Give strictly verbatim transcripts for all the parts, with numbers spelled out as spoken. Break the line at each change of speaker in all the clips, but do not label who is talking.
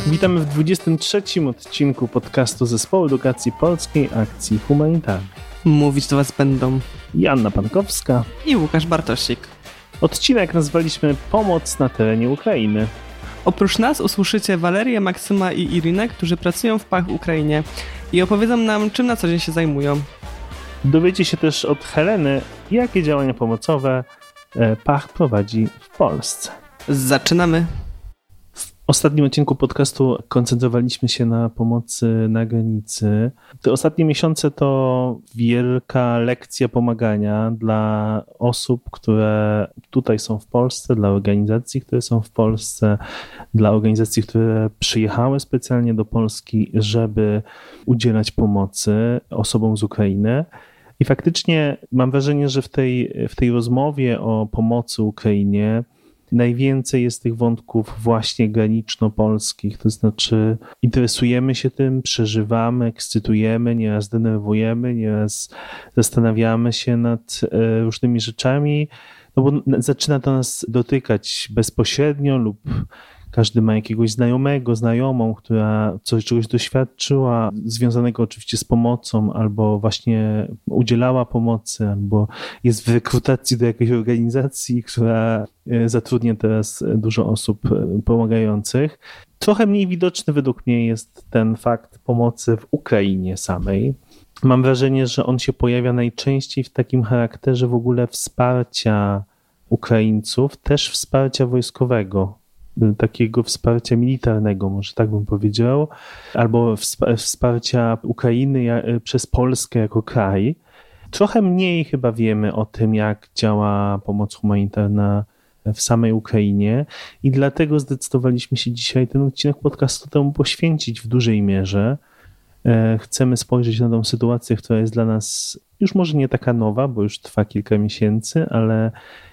Witamy w dwudziestym trzecim odcinku podcastu Zespołu Edukacji Polskiej Akcji Humanitarnej.
Mówić do Was będą
Joanna Pankowska
i Łukasz Bartosik.
Odcinek nazwaliśmy Pomoc na terenie Ukrainy.
Oprócz nas usłyszycie Walerię, Maksyma i Irinę, którzy pracują w P A Ch w Ukrainie i opowiedzą nam, czym na co dzień się zajmują.
Dowiecie się też od Heleny, jakie działania pomocowe P A Ch prowadzi w Polsce.
Zaczynamy!
W ostatnim odcinku podcastu koncentrowaliśmy się na pomocy na granicy. Te ostatnie miesiące to wielka lekcja pomagania dla osób, które tutaj są w Polsce, dla organizacji, które są w Polsce, dla organizacji, które przyjechały specjalnie do Polski, żeby udzielać pomocy osobom z Ukrainy. I faktycznie mam wrażenie, że w tej, w tej rozmowie o pomocy Ukrainie najwięcej jest tych wątków właśnie graniczno-polskich, to znaczy interesujemy się tym, przeżywamy, ekscytujemy, nieraz denerwujemy, nieraz zastanawiamy się nad różnymi rzeczami, no bo zaczyna to nas dotykać bezpośrednio lub każdy ma jakiegoś znajomego, znajomą, która coś, czegoś doświadczyła, związanego oczywiście z pomocą, albo właśnie udzielała pomocy, albo jest w rekrutacji do jakiejś organizacji, która zatrudnia teraz dużo osób pomagających. Trochę mniej widoczny według mnie jest ten fakt pomocy w Ukrainie samej. Mam wrażenie, że on się pojawia najczęściej w takim charakterze w ogóle wsparcia Ukraińców, też wsparcia wojskowego, takiego wsparcia militarnego, może tak bym powiedział, albo wsparcia Ukrainy przez Polskę jako kraj. Trochę mniej chyba wiemy o tym, jak działa pomoc humanitarna w samej Ukrainie i dlatego zdecydowaliśmy się dzisiaj ten odcinek podcastu temu poświęcić w dużej mierze. Chcemy spojrzeć na tą sytuację, która jest dla nas już może nie taka nowa, bo już trwa kilka miesięcy, ale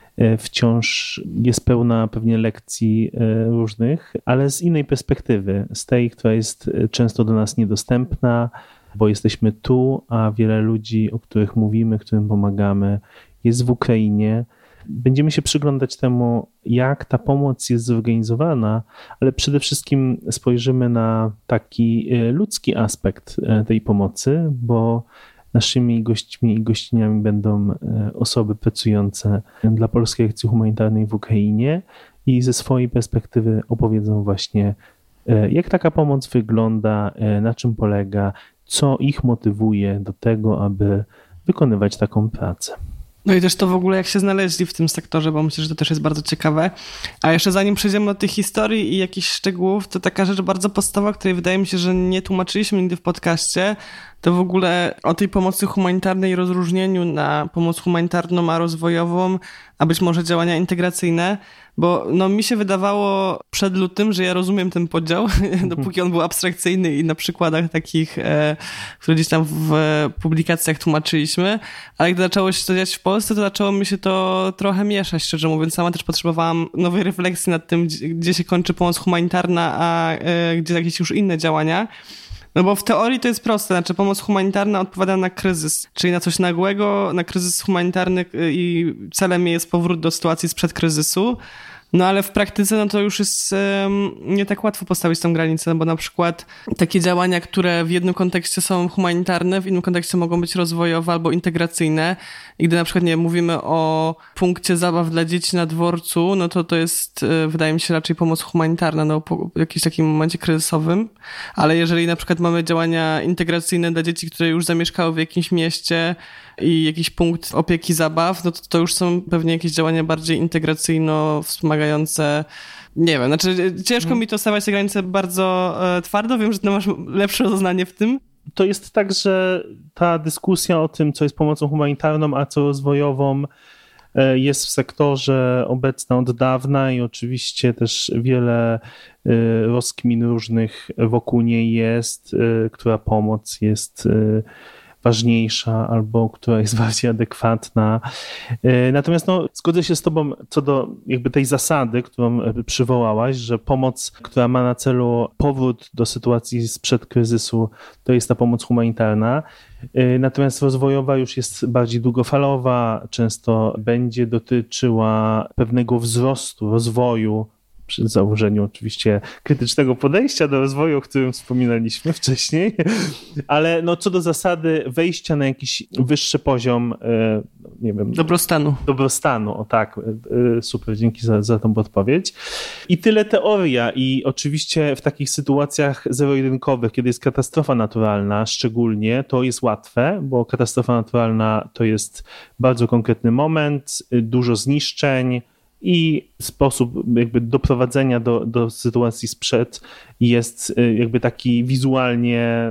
wciąż jest pełna pewnie lekcji różnych, ale z innej perspektywy, z tej, która jest często do nas niedostępna, bo jesteśmy tu, a wiele ludzi, o których mówimy, którym pomagamy, jest w Ukrainie. Będziemy się przyglądać temu, jak ta pomoc jest zorganizowana, ale przede wszystkim spojrzymy na taki ludzki aspekt tej pomocy, bo naszymi gośćmi i gościniami będą osoby pracujące dla Polskiej Akcji Humanitarnej w Ukrainie i ze swojej perspektywy opowiedzą właśnie, jak taka pomoc wygląda, na czym polega, co ich motywuje do tego, aby wykonywać taką pracę.
No i też to w ogóle jak się znaleźli w tym sektorze, bo myślę, że to też jest bardzo ciekawe. A jeszcze zanim przejdziemy do tych historii i jakichś szczegółów, to taka rzecz bardzo podstawowa, której wydaje mi się, że nie tłumaczyliśmy nigdy w podcaście, to w ogóle o tej pomocy humanitarnej i rozróżnieniu na pomoc humanitarną a rozwojową, a być może działania integracyjne, bo no mi się wydawało przed lutym, że ja rozumiem ten podział, dopóki on był abstrakcyjny i na przykładach takich, e, które gdzieś tam w publikacjach tłumaczyliśmy, ale gdy zaczęło się to dziać w Polsce, to zaczęło mi się to trochę mieszać, szczerze mówiąc. Sama też potrzebowałam nowej refleksji nad tym, gdzie, gdzie się kończy pomoc humanitarna, a e, gdzie jakieś już inne działania. No bo w teorii to jest proste, znaczy pomoc humanitarna odpowiada na kryzys, czyli na coś nagłego, na kryzys humanitarny i celem jest powrót do sytuacji sprzed kryzysu. No ale w praktyce no to już jest um, nie tak łatwo postawić tą granicę, no bo na przykład takie działania, które w jednym kontekście są humanitarne, w innym kontekście mogą być rozwojowe albo integracyjne. I gdy na przykład nie mówimy o punkcie zabaw dla dzieci na dworcu, no to to jest, wydaje mi się, raczej pomoc humanitarna, no po jakimś takim momencie kryzysowym. Ale jeżeli na przykład mamy działania integracyjne dla dzieci, które już zamieszkały w jakimś mieście i jakiś punkt opieki zabaw, no to to już są pewnie jakieś działania bardziej integracyjno wspomagające. Nie wiem, znaczy ciężko hmm. mi to stawiać te granice bardzo e, twardo. Wiem, że ty masz lepsze rozeznanie w tym.
To jest tak, że ta dyskusja o tym, co jest pomocą humanitarną, a co rozwojową, jest w sektorze obecna od dawna i oczywiście też wiele rozkmin różnych wokół niej jest, która pomoc jest ważniejsza albo która jest bardziej adekwatna. Natomiast no, zgodzę się z tobą co do jakby tej zasady, którą przywołałaś, że pomoc, która ma na celu powrót do sytuacji sprzed kryzysu, to jest ta pomoc humanitarna. Natomiast rozwojowa już jest bardziej długofalowa, często będzie dotyczyła pewnego wzrostu, rozwoju przy założeniu oczywiście krytycznego podejścia do rozwoju, o którym wspominaliśmy wcześniej, ale no co do zasady wejścia na jakiś wyższy poziom, nie wiem...
Dobrostanu.
Dobrostanu, o tak, super, dzięki za, za tą podpowiedź. I tyle teoria i oczywiście w takich sytuacjach zero-jedynkowych, kiedy jest katastrofa naturalna szczególnie, to jest łatwe, bo katastrofa naturalna to jest bardzo konkretny moment, dużo zniszczeń, i sposób jakby doprowadzenia do, do sytuacji sprzed jest jakby taki wizualnie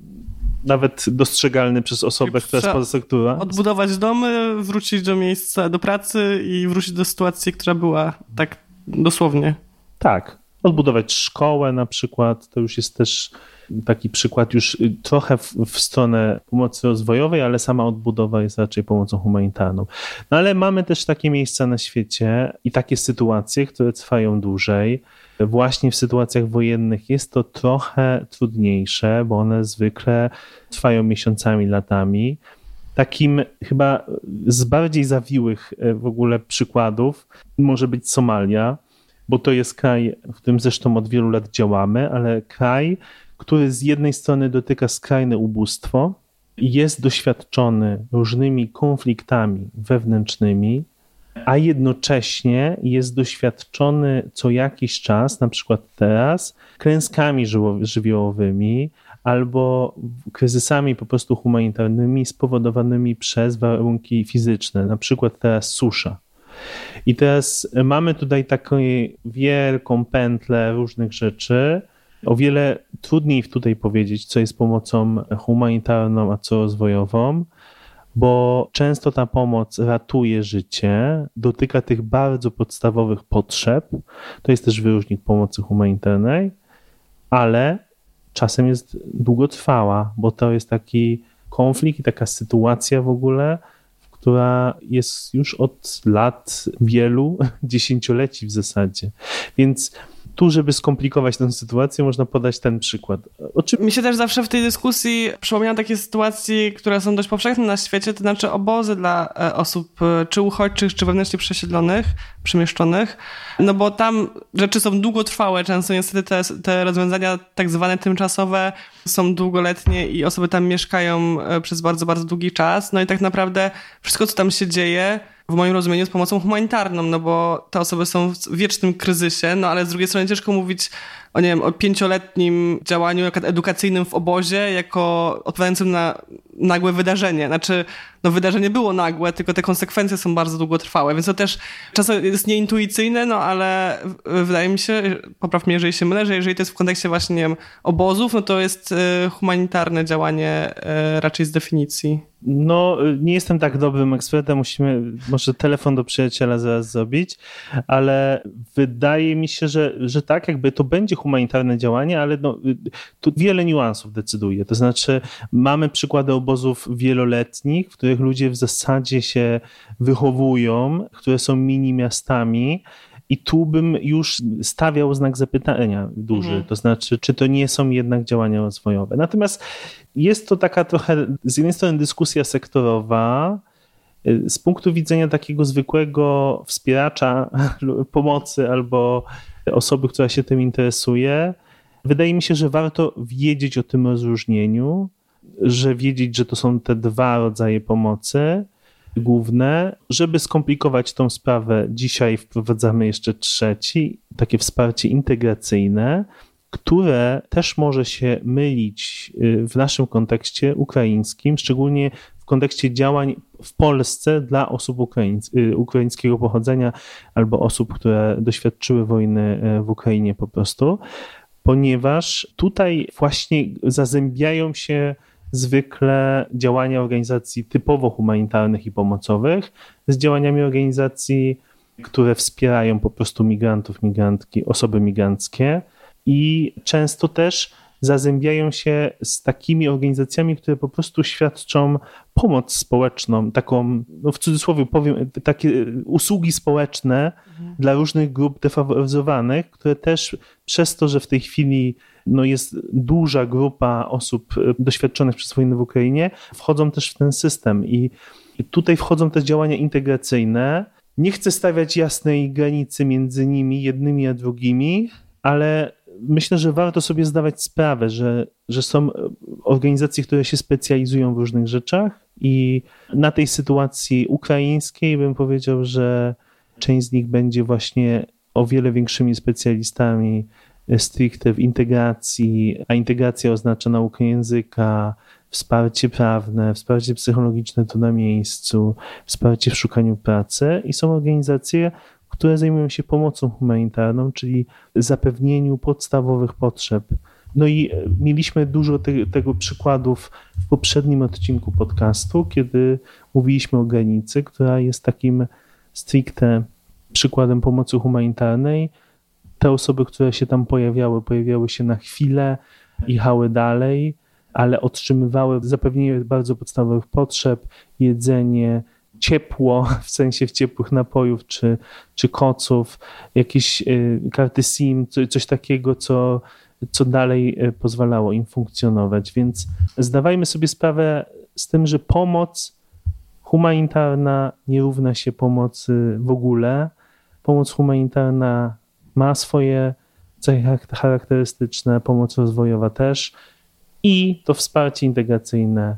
nawet dostrzegalny przez osobę, która jest poza strukturą.
Odbudować domy, wrócić do miejsca, do pracy i wrócić do sytuacji, która była tak dosłownie.
Tak. Odbudować szkołę na przykład, to już jest też taki przykład już trochę w, w stronę pomocy rozwojowej, ale sama odbudowa jest raczej pomocą humanitarną. No ale mamy też takie miejsca na świecie i takie sytuacje, które trwają dłużej. Właśnie w sytuacjach wojennych jest to trochę trudniejsze, bo one zwykle trwają miesiącami, latami. Takim chyba z bardziej zawiłych w ogóle przykładów może być Somalia, bo to jest kraj, w którym zresztą od wielu lat działamy, ale kraj, który z jednej strony dotyka skrajne ubóstwo, jest doświadczony różnymi konfliktami wewnętrznymi, a jednocześnie jest doświadczony co jakiś czas, na przykład teraz, klęskami żywiołowymi albo kryzysami po prostu humanitarnymi spowodowanymi przez warunki fizyczne, na przykład teraz susza. I teraz mamy tutaj taką wielką pętlę różnych rzeczy. O wiele trudniej tutaj powiedzieć, co jest pomocą humanitarną, a co rozwojową, bo często ta pomoc ratuje życie, dotyka tych bardzo podstawowych potrzeb. To jest też wyróżnik pomocy humanitarnej, ale czasem jest długotrwała, bo to jest taki konflikt i taka sytuacja w ogóle, która jest już od lat wielu, dziesięcioleci w zasadzie. Więc tu, żeby skomplikować tę sytuację, można podać ten przykład. Oczy...
Mi się też zawsze w tej dyskusji przypominają takie sytuacje, które są dość powszechne na świecie, to znaczy obozy dla osób czy uchodźczych, czy wewnętrznie przesiedlonych, przemieszczonych, no bo tam rzeczy są długotrwałe, często niestety te, te rozwiązania tak zwane tymczasowe są długoletnie i osoby tam mieszkają przez bardzo, bardzo długi czas, no i tak naprawdę wszystko, co tam się dzieje, w moim rozumieniu z pomocą humanitarną, no bo te osoby są w wiecznym kryzysie, no ale z drugiej strony ciężko mówić o, nie wiem, o pięcioletnim działaniu jak edukacyjnym w obozie jako odpowiadającym na nagłe wydarzenie. Znaczy, no wydarzenie było nagłe, tylko te konsekwencje są bardzo długotrwałe, więc to też czasem jest nieintuicyjne, no ale wydaje mi się, popraw mnie, jeżeli się mylę, że jeżeli to jest w kontekście właśnie, nie wiem, obozów, no to jest humanitarne działanie raczej z definicji.
No, nie jestem tak dobrym ekspertem, musimy może telefon do przyjaciela zaraz zrobić, ale wydaje mi się, że, że tak, jakby to będzie humanitarne działanie, ale no, tu wiele niuansów decyduje. To znaczy mamy przykłady obozów wieloletnich, w których ludzie w zasadzie się wychowują, które są mini miastami. I tu bym już stawiał znak zapytania duży, mhm. To znaczy, czy to nie są jednak działania rozwojowe. Natomiast jest to taka trochę, z jednej strony dyskusja sektorowa, z punktu widzenia takiego zwykłego wspieracza pomocy albo osoby, która się tym interesuje, wydaje mi się, że warto wiedzieć o tym rozróżnieniu, że wiedzieć, że to są te dwa rodzaje pomocy główne. Żeby skomplikować tą sprawę, dzisiaj wprowadzamy jeszcze trzeci, takie wsparcie integracyjne, które też może się mylić w naszym kontekście ukraińskim, szczególnie w kontekście działań w Polsce dla osób ukraińs- ukraińskiego pochodzenia albo osób, które doświadczyły wojny w Ukrainie po prostu, ponieważ tutaj właśnie zazębiają się zwykle działania organizacji typowo humanitarnych i pomocowych z działaniami organizacji, które wspierają po prostu migrantów, migrantki, osoby migranckie i często też zazębiają się z takimi organizacjami, które po prostu świadczą pomoc społeczną, taką, no w cudzysłowie powiem, takie usługi społeczne mhm. dla różnych grup defaworyzowanych, które też przez to, że w tej chwili no jest duża grupa osób doświadczonych przez wojnę w Ukrainie, wchodzą też w ten system i tutaj wchodzą też działania integracyjne, Nie chcę stawiać jasnej granicy między nimi, jednymi a drugimi, ale myślę, że warto sobie zdawać sprawę, że, że są organizacje, które się specjalizują w różnych rzeczach i na tej sytuacji ukraińskiej bym powiedział, że część z nich będzie właśnie o wiele większymi specjalistami stricte w integracji, a integracja oznacza naukę języka, wsparcie prawne, wsparcie psychologiczne tu na miejscu, wsparcie w szukaniu pracy i są organizacje, które zajmują się pomocą humanitarną, czyli zapewnieniu podstawowych potrzeb. No i mieliśmy dużo te, tego przykładów w poprzednim odcinku podcastu, kiedy mówiliśmy o granicy, która jest takim stricte przykładem pomocy humanitarnej. Te osoby, które się tam pojawiały, pojawiały się na chwilę, jechały dalej, ale otrzymywały zapewnienie bardzo podstawowych potrzeb, jedzenie, ciepło, w sensie w ciepłych napojów czy, czy koców, jakieś karty SIM, coś takiego, co, co dalej pozwalało im funkcjonować. Więc zdawajmy sobie sprawę z tym, że pomoc humanitarna nie równa się pomocy w ogóle. Pomoc humanitarna ma swoje cechy charakterystyczne, pomoc rozwojowa też i to wsparcie integracyjne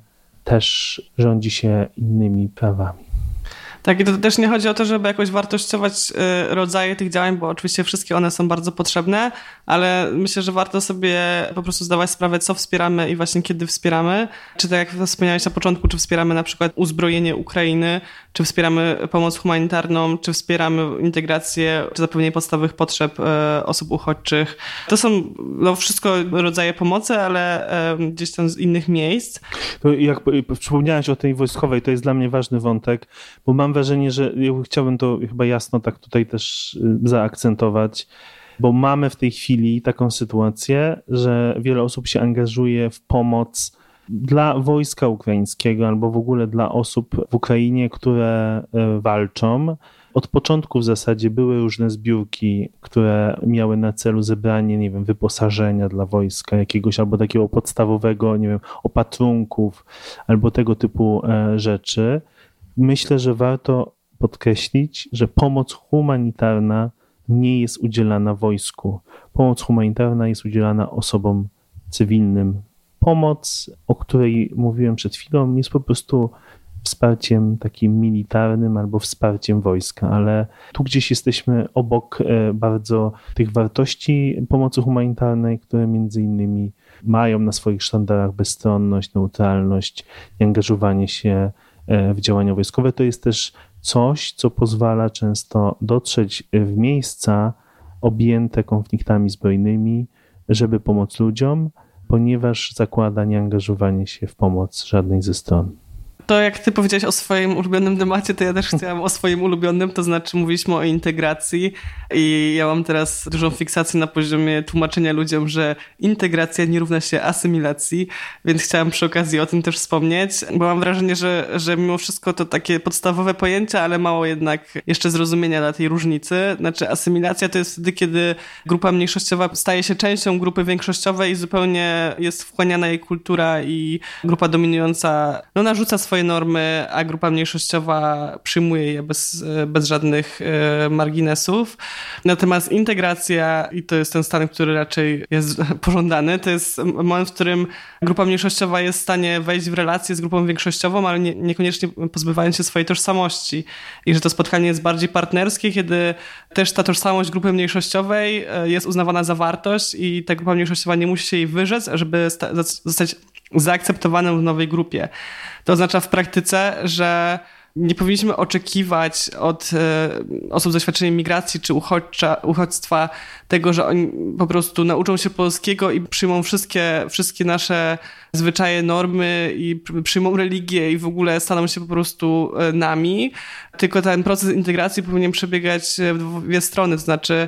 też rządzi się innymi prawami.
Tak, i to też nie chodzi o to, żeby jakoś wartościować rodzaje tych działań, bo oczywiście wszystkie one są bardzo potrzebne, ale myślę, że warto sobie po prostu zdawać sprawę, co wspieramy i właśnie kiedy wspieramy. Czy tak jak wspomniałeś na początku, czy wspieramy na przykład uzbrojenie Ukrainy, czy wspieramy pomoc humanitarną, czy wspieramy integrację, czy zapewnienie podstawowych potrzeb osób uchodźczych. To są no, wszystko rodzaje pomocy, ale gdzieś tam z innych miejsc.
To jak przypomniałeś o tej wojskowej, to jest dla mnie ważny wątek, bo mam wrażenie, że ja chciałbym to chyba jasno tak tutaj też zaakcentować, bo mamy w tej chwili taką sytuację, że wiele osób się angażuje w pomoc dla wojska ukraińskiego albo w ogóle dla osób w Ukrainie, które walczą. Od początku w zasadzie były różne zbiórki, które miały na celu zebranie, nie wiem, wyposażenia dla wojska jakiegoś albo takiego podstawowego, nie wiem, opatrunków albo tego typu rzeczy. Myślę, że warto podkreślić, że pomoc humanitarna nie jest udzielana wojsku. Pomoc humanitarna jest udzielana osobom cywilnym. Pomoc, o której mówiłem przed chwilą, jest po prostu wsparciem takim militarnym albo wsparciem wojska, ale tu gdzieś jesteśmy obok bardzo tych wartości pomocy humanitarnej, które między innymi mają na swoich sztandarach bezstronność, neutralność i angażowanie się w działania wojskowe. To jest też coś, co pozwala często dotrzeć w miejsca objęte konfliktami zbrojnymi, żeby pomóc ludziom, ponieważ zakłada nieangażowanie się w pomoc żadnej ze stron.
To jak ty powiedziałeś o swoim ulubionym temacie, to ja też chciałam o swoim ulubionym, to znaczy mówiliśmy o integracji i ja mam teraz dużą fiksację na poziomie tłumaczenia ludziom, że integracja nie równa się asymilacji, więc chciałam przy okazji o tym też wspomnieć, bo mam wrażenie, że, że mimo wszystko to takie podstawowe pojęcia, ale mało jednak jeszcze zrozumienia dla tej różnicy. Znaczy asymilacja to jest wtedy, kiedy grupa mniejszościowa staje się częścią grupy większościowej i zupełnie jest wchłaniana jej kultura i grupa dominująca no, narzuca swoje normy, a grupa mniejszościowa przyjmuje je bez, bez żadnych marginesów. Natomiast integracja, i to jest ten stan, który raczej jest pożądany, to jest moment, w którym grupa mniejszościowa jest w stanie wejść w relację z grupą większościową, ale nie, niekoniecznie pozbywając się swojej tożsamości. I że to spotkanie jest bardziej partnerskie, kiedy też ta tożsamość grupy mniejszościowej jest uznawana za wartość i ta grupa mniejszościowa nie musi się jej wyrzec, żeby sta- zostać zaakceptowaną w nowej grupie. To oznacza w praktyce, że nie powinniśmy oczekiwać od y, osób z doświadczeniem migracji czy uchodźcza, uchodźstwa tego, że oni po prostu nauczą się polskiego i przyjmą wszystkie, wszystkie nasze zwyczaje, normy i przyjmą religię i w ogóle staną się po prostu nami. Tylko ten proces integracji powinien przebiegać w dwie strony, to znaczy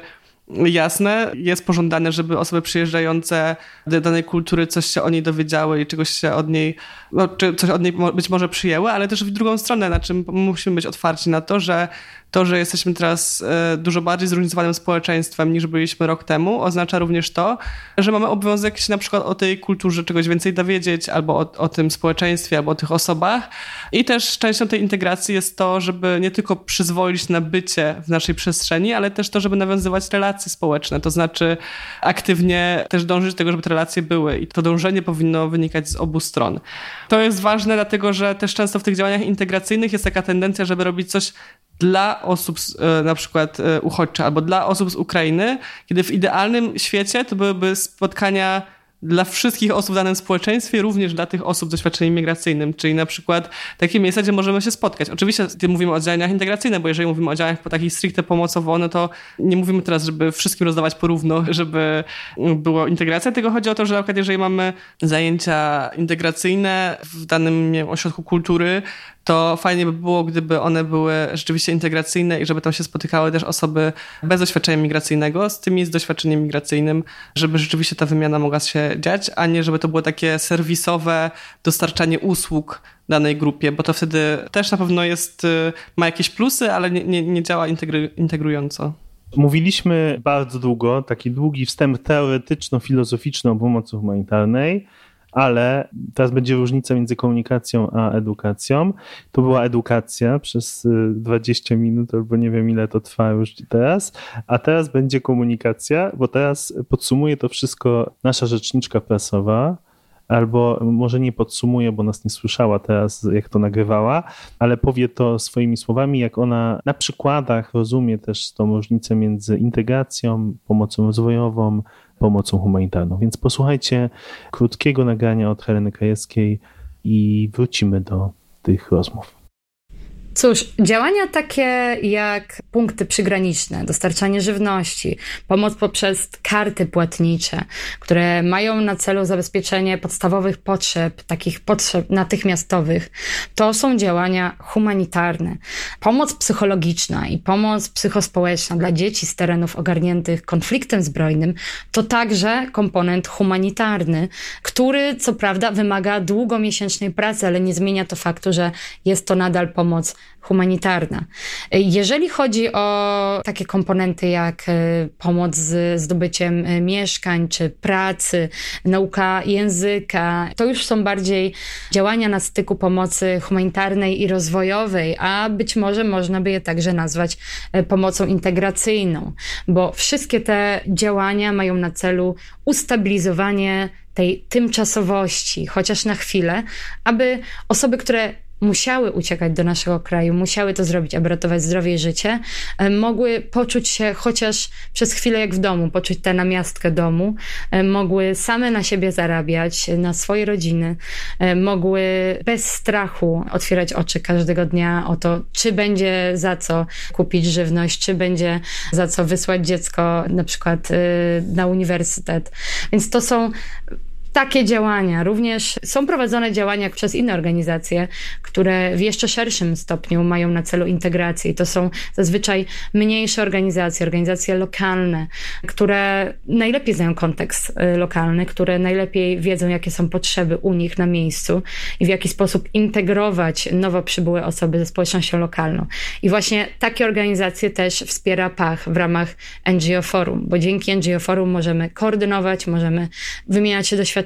jasne, jest pożądane, żeby osoby przyjeżdżające do danej kultury coś się o niej dowiedziały i czegoś się od niej, no, czy coś od niej być może przyjęły, ale też w drugą stronę, na czym musimy być otwarci na to, że To, że jesteśmy teraz dużo bardziej zróżnicowanym społeczeństwem niż byliśmy rok temu, oznacza również to, że mamy obowiązek się na przykład o tej kulturze czegoś więcej dowiedzieć, albo o, o tym społeczeństwie, albo o tych osobach. I też częścią tej integracji jest to, żeby nie tylko przyzwolić na bycie w naszej przestrzeni, ale też to, żeby nawiązywać relacje społeczne. To znaczy aktywnie też dążyć do tego, żeby te relacje były. I to dążenie powinno wynikać z obu stron. To jest ważne, dlatego że też często w tych działaniach integracyjnych jest taka tendencja, żeby robić coś dla osób na przykład uchodźczych albo dla osób z Ukrainy, kiedy w idealnym świecie to byłyby spotkania dla wszystkich osób w danym społeczeństwie, również dla tych osób z doświadczeniem migracyjnym, czyli na przykład takie miejsca, gdzie możemy się spotkać. Oczywiście mówimy o działaniach integracyjnych, bo jeżeli mówimy o działaniach po takich stricte pomocowo, no to nie mówimy teraz, żeby wszystkim rozdawać porówno, żeby było integracja, tylko chodzi o to, że na przykład jeżeli mamy zajęcia integracyjne w danym nie wiem, ośrodku kultury, to fajnie by było, gdyby one były rzeczywiście integracyjne i żeby tam się spotykały też osoby bez doświadczenia migracyjnego z tymi z doświadczeniem migracyjnym, żeby rzeczywiście ta wymiana mogła się dziać, a nie żeby to było takie serwisowe dostarczanie usług danej grupie, bo to wtedy też na pewno jest, ma jakieś plusy, ale nie, nie, nie działa integry, integrująco.
Mówiliśmy bardzo długo, taki długi wstęp teoretyczno-filozoficzny o pomocy humanitarnej, ale teraz będzie różnica między komunikacją a edukacją. To była edukacja przez dwadzieścia minut, albo nie wiem ile to trwa już teraz, a teraz będzie komunikacja, bo teraz podsumuje to wszystko nasza rzeczniczka prasowa, albo może nie podsumuje, bo nas nie słyszała teraz, jak to nagrywała, ale powie to swoimi słowami, jak ona na przykładach rozumie też tą różnicę między integracją, pomocą rozwojową, pomocą humanitarną. Więc posłuchajcie krótkiego nagrania od Heleny Krajewskiej i wrócimy do tych rozmów.
Cóż, działania takie jak punkty przygraniczne, dostarczanie żywności, pomoc poprzez karty płatnicze, które mają na celu zabezpieczenie podstawowych potrzeb, takich potrzeb natychmiastowych, to są działania humanitarne. Pomoc psychologiczna i pomoc psychospołeczna dla dzieci z terenów ogarniętych konfliktem zbrojnym to także komponent humanitarny, który co prawda wymaga długomiesięcznej pracy, ale nie zmienia to faktu, że jest to nadal pomoc humanitarna. Jeżeli chodzi o takie komponenty jak pomoc z zdobyciem mieszkań czy pracy, nauka języka, to już są bardziej działania na styku pomocy humanitarnej i rozwojowej, a być może można by je także nazwać pomocą integracyjną, bo wszystkie te działania mają na celu ustabilizowanie tej tymczasowości, chociaż na chwilę, aby osoby, które musiały uciekać do naszego kraju, musiały to zrobić, aby ratować zdrowie i życie, mogły poczuć się chociaż przez chwilę jak w domu, poczuć tę namiastkę domu, mogły same na siebie zarabiać, na swoje rodziny, mogły bez strachu otwierać oczy każdego dnia o to, czy będzie za co kupić żywność, czy będzie za co wysłać dziecko na przykład na uniwersytet. Więc to są takie działania. Również są prowadzone działania przez inne organizacje, które w jeszcze szerszym stopniu mają na celu integrację. I to są zazwyczaj mniejsze organizacje, organizacje lokalne, które najlepiej znają kontekst lokalny, które najlepiej wiedzą, jakie są potrzeby u nich na miejscu i w jaki sposób integrować nowo przybyłe osoby ze społecznością lokalną. I właśnie takie organizacje też wspiera P A Ch w ramach N G O Forum, bo dzięki N G O Forum możemy koordynować, możemy wymieniać się doświadczeniami,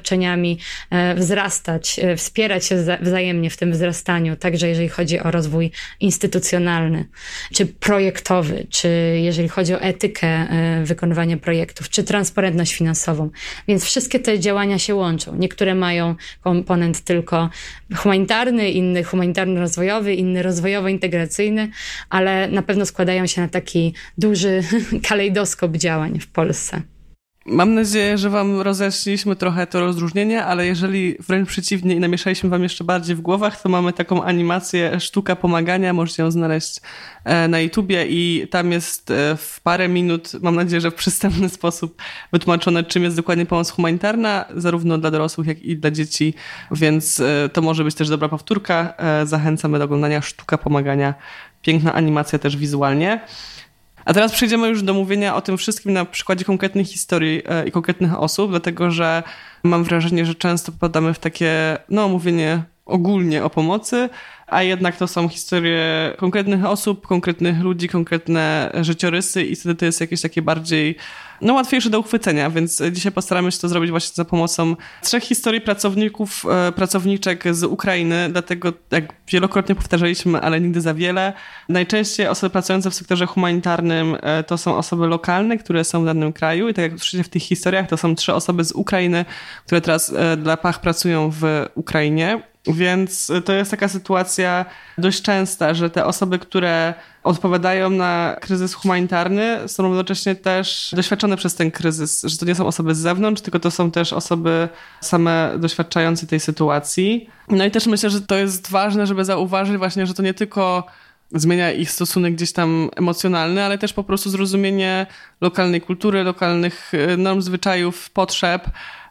wzrastać, wspierać się wzajemnie w tym wzrastaniu, także jeżeli chodzi o rozwój instytucjonalny, czy projektowy, czy jeżeli chodzi o etykę wykonywania projektów, czy transparentność finansową. Więc wszystkie te działania się łączą. Niektóre mają komponent tylko humanitarny, inny humanitarno-rozwojowy, inny rozwojowo-integracyjny, ale na pewno składają się na taki duży kalejdoskop działań w Polsce.
Mam nadzieję, że wam roześliliśmy trochę to rozróżnienie, ale jeżeli wręcz przeciwnie i namieszaliśmy wam jeszcze bardziej w głowach, to mamy taką animację Sztuka Pomagania, możecie ją znaleźć na YouTubie i tam jest w parę minut, mam nadzieję, że w przystępny sposób wytłumaczone, czym jest dokładnie pomoc humanitarna, zarówno dla dorosłych, jak i dla dzieci, więc to może być też dobra powtórka. Zachęcamy do oglądania Sztuka Pomagania. Piękna animacja też wizualnie. A teraz przejdziemy już do mówienia o tym wszystkim na przykładzie konkretnych historii i konkretnych osób, dlatego że mam wrażenie, że często popadamy w takie, no, mówienie ogólnie o pomocy, a jednak to są historie konkretnych osób, konkretnych ludzi, konkretne życiorysy i wtedy to jest jakieś takie bardziej no, łatwiejsze do uchwycenia, więc dzisiaj postaramy się to zrobić właśnie za pomocą trzech historii pracowników, e, pracowniczek z Ukrainy, dlatego jak wielokrotnie powtarzaliśmy, ale nigdy za wiele. Najczęściej osoby pracujące w sektorze humanitarnym e, to są osoby lokalne, które są w danym kraju i tak jak słyszycie w tych historiach, to są trzy osoby z Ukrainy, które teraz e, dla P A Ch pracują w Ukrainie. Więc to jest taka sytuacja dość częsta, że te osoby, które odpowiadają na kryzys humanitarny, są równocześnie też doświadczone przez ten kryzys, że to nie są osoby z zewnątrz, tylko to są też osoby same doświadczające tej sytuacji. No i też myślę, że to jest ważne, żeby zauważyć właśnie, że to nie tylko zmienia ich stosunek gdzieś tam emocjonalny, ale też po prostu zrozumienie lokalnej kultury, lokalnych norm, zwyczajów, potrzeb.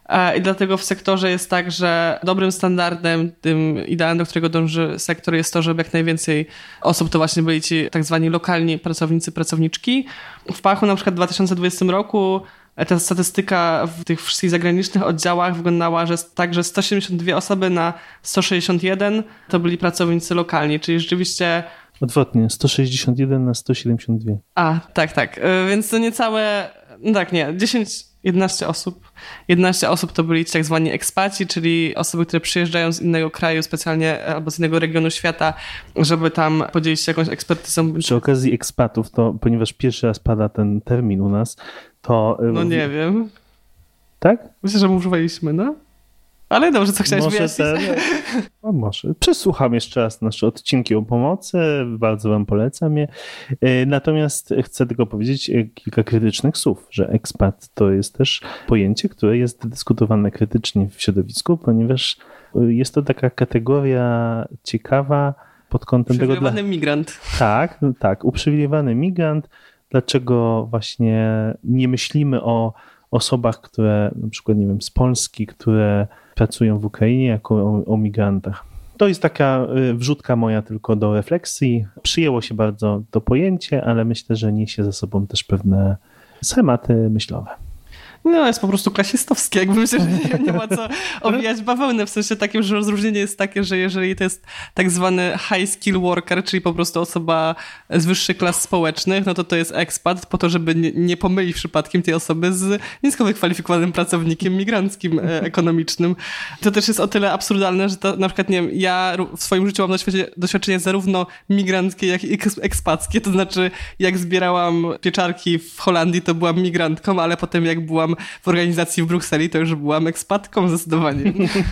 I dlatego w sektorze jest tak, że dobrym standardem, tym ideałem, do którego dąży sektor, jest to, żeby jak najwięcej osób to właśnie byli ci tak zwani lokalni pracownicy, pracowniczki. W P A Ch-u na przykład w dwa tysiące dwudziestym roku ta statystyka w tych wszystkich zagranicznych oddziałach wyglądała, że tak, że sto siedemdziesiąt dwie osoby na sto sześćdziesiąt jeden to byli pracownicy lokalni, czyli rzeczywiście...
Odwrotnie, sto sześćdziesiąt jeden na sto siedemdziesiąt dwa.
A, tak, tak. Więc to niecałe... No tak, nie, dziesięć, jedenaście osób. jedenaście osób to byli tak zwani ekspaci, czyli osoby, które przyjeżdżają z innego kraju specjalnie albo z innego regionu świata, żeby tam podzielić się jakąś ekspertyzą.
Przy okazji ekspatów, to ponieważ pierwszy raz pada ten termin u nas, to...
No nie wiem.
Tak?
Myślę, że używaliśmy, no. Ale dobrze, co chciałeś
może
wyjaśnić?
Ten, o, może. Przesłucham jeszcze raz nasze odcinki o pomocy, bardzo wam polecam je. Natomiast chcę tylko powiedzieć kilka krytycznych słów, że ekspat to jest też pojęcie, które jest dyskutowane krytycznie w środowisku, ponieważ jest to taka kategoria ciekawa pod kątem tego...
Uprzywilejowany migrant.
Tak, tak, uprzywilejowany migrant. Dlaczego właśnie nie myślimy o osobach, które na przykład, nie wiem, z Polski, które pracują w Ukrainie jako o, o migrantach. To jest taka wrzutka moja tylko do refleksji. Przyjęło się bardzo to pojęcie, ale myślę, że niesie ze sobą też pewne schematy myślowe.
No, jest po prostu klasistowskie. Jakby myślę, że nie, nie ma co owijać bawełnę, w sensie takim, że rozróżnienie jest takie, że jeżeli to jest tak zwany high skill worker, czyli po prostu osoba z wyższych klas społecznych, no to to jest ekspat po to, żeby nie, nie pomylić przypadkiem tej osoby z nisko wykwalifikowanym pracownikiem migranckim e, ekonomicznym. To też jest o tyle absurdalne, że to na przykład, nie wiem, ja w swoim życiu mam doświadczenie, doświadczenie zarówno migranckie, jak i ekspackie, to znaczy jak zbierałam pieczarki w Holandii, to byłam migrantką, ale potem jak byłam w organizacji w Brukseli, to już byłam ekspatką zdecydowanie.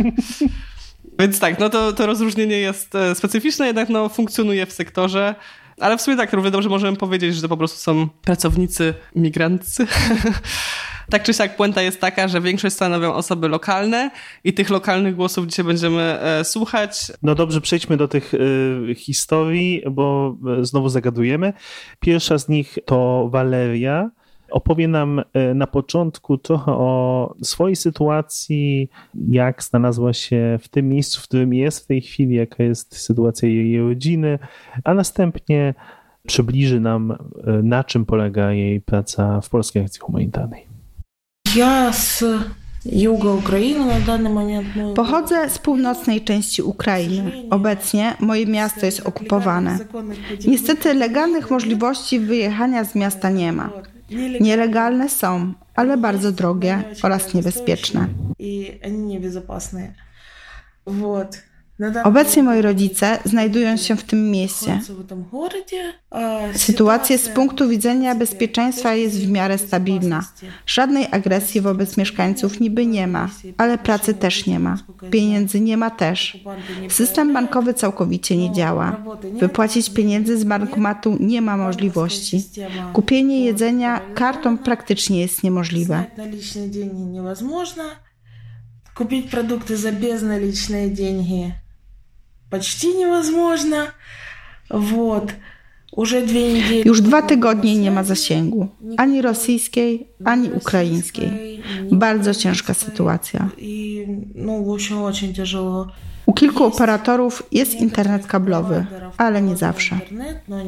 Więc tak, no to, to rozróżnienie jest specyficzne, jednak no, funkcjonuje w sektorze. Ale w sumie tak, równie dobrze możemy powiedzieć, że to po prostu są pracownicy migrantcy. Tak czy siak puenta jest taka, że większość stanowią osoby lokalne i tych lokalnych głosów dzisiaj będziemy e, słuchać.
No dobrze, przejdźmy do tych y, historii, bo znowu zagadujemy. Pierwsza z nich to Waleria. Opowie nam na początku trochę o swojej sytuacji, jak znalazła się w tym miejscu, w którym jest w tej chwili, jaka jest sytuacja jej rodziny, a następnie przybliży nam, na czym polega jej praca w Polskiej Akcji Humanitarnej.
Ja z Juga Ukrainy na dany moment...
Pochodzę z północnej części Ukrainy. Obecnie moje miasto jest okupowane. Niestety legalnych możliwości wyjechania z miasta nie ma. Nielegalne są, ale bardzo drogie oraz niebezpieczne. Obecnie moi rodzice znajdują się w tym mieście. Sytuacja z punktu widzenia bezpieczeństwa jest w miarę stabilna. Żadnej agresji wobec mieszkańców niby nie ma, ale pracy też nie ma. Pieniędzy nie ma też. System bankowy całkowicie nie działa. Wypłacić pieniędzy z bankomatu nie ma możliwości. Kupienie jedzenia kartą praktycznie jest niemożliwe.
Kupić produkty za безналичные деньги почти невозможно. Вот.
Już dwa tygodnie nie ma zasięgu. Ani rosyjskiej, ani ukraińskiej. Bardzo ciężka sytuacja. U kilku operatorów jest internet kablowy, ale nie zawsze.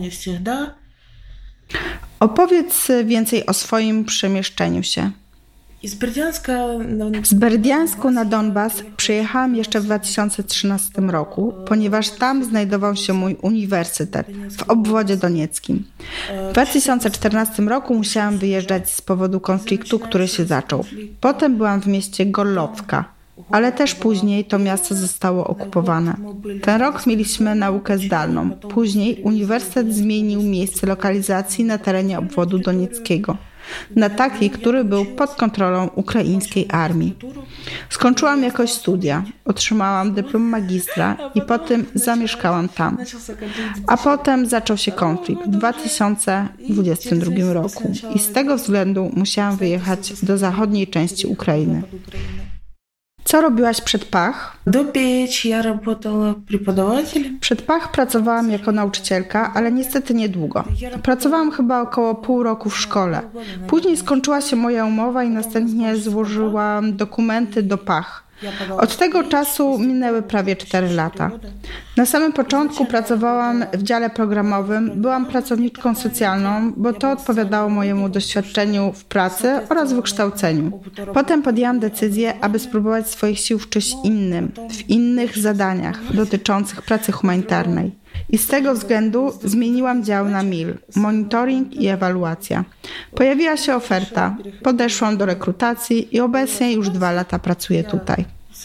Opowiedz więcej o swoim przemieszczeniu się. Z Berdiańsku na Donbas przyjechałam jeszcze w dwa tysiące trzynastym roku, ponieważ tam znajdował się mój uniwersytet w obwodzie donieckim. W dwa tysiące czternastym roku musiałam wyjeżdżać z powodu konfliktu, który się zaczął. Potem byłam w mieście Gorlówka, ale też później to miasto zostało okupowane. Ten rok mieliśmy naukę zdalną. Później uniwersytet zmienił miejsce lokalizacji na terenie obwodu donieckiego na taki, który był pod kontrolą ukraińskiej armii. Skończyłam jakoś studia, otrzymałam dyplom magistra i potem zamieszkałam tam. A potem zaczął się konflikt w dwa tysiące dwudziestym drugim roku i z tego względu musiałam wyjechać do zachodniej części Ukrainy. Co robiłaś przed Pach?
Do Печь я работала преподавателем.
Przed Pach pracowałam jako nauczycielka, ale niestety niedługo. Pracowałam chyba około pół roku w szkole. Później skończyła się moja umowa i następnie złożyłam dokumenty do Pach. Od tego czasu minęły prawie cztery lata. Na samym początku pracowałam w dziale programowym, byłam pracowniczką socjalną, bo to odpowiadało mojemu doświadczeniu w pracy oraz wykształceniu. Potem podjęłam decyzję, aby spróbować swoich sił w czymś innym, w innych zadaniach dotyczących pracy humanitarnej. I z tego względu zmieniłam dział na M I L, monitoring i ewaluacja. Pojawiła się oferta, podeszłam do rekrutacji i obecnie już dwa lata pracuję tutaj.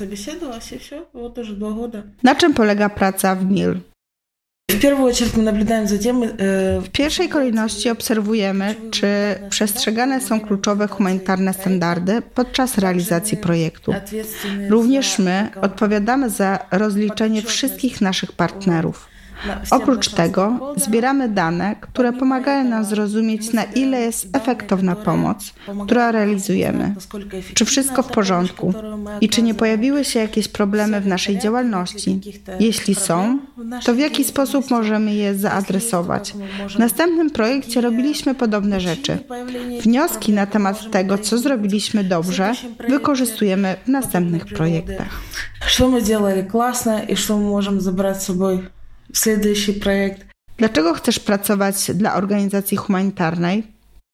Na czym polega praca w M I L? W pierwszej kolejności obserwujemy, czy przestrzegane są kluczowe humanitarne standardy podczas realizacji projektu. Również my odpowiadamy za rozliczenie wszystkich naszych partnerów. Oprócz tego zbieramy dane, które pomagają nam zrozumieć, na ile jest efektowna pomoc, którą realizujemy. Czy wszystko w porządku i czy nie pojawiły się jakieś problemy w naszej działalności? Jeśli są, to w jaki sposób możemy je zaadresować? W następnym projekcie robiliśmy podobne rzeczy. Wnioski na temat tego, co zrobiliśmy dobrze, wykorzystujemy w następnych projektach.
Co my сделали классно i co możemy zabrać z sobą w следующий projekt.
Dlaczego chcesz pracować dla organizacji humanitarnej?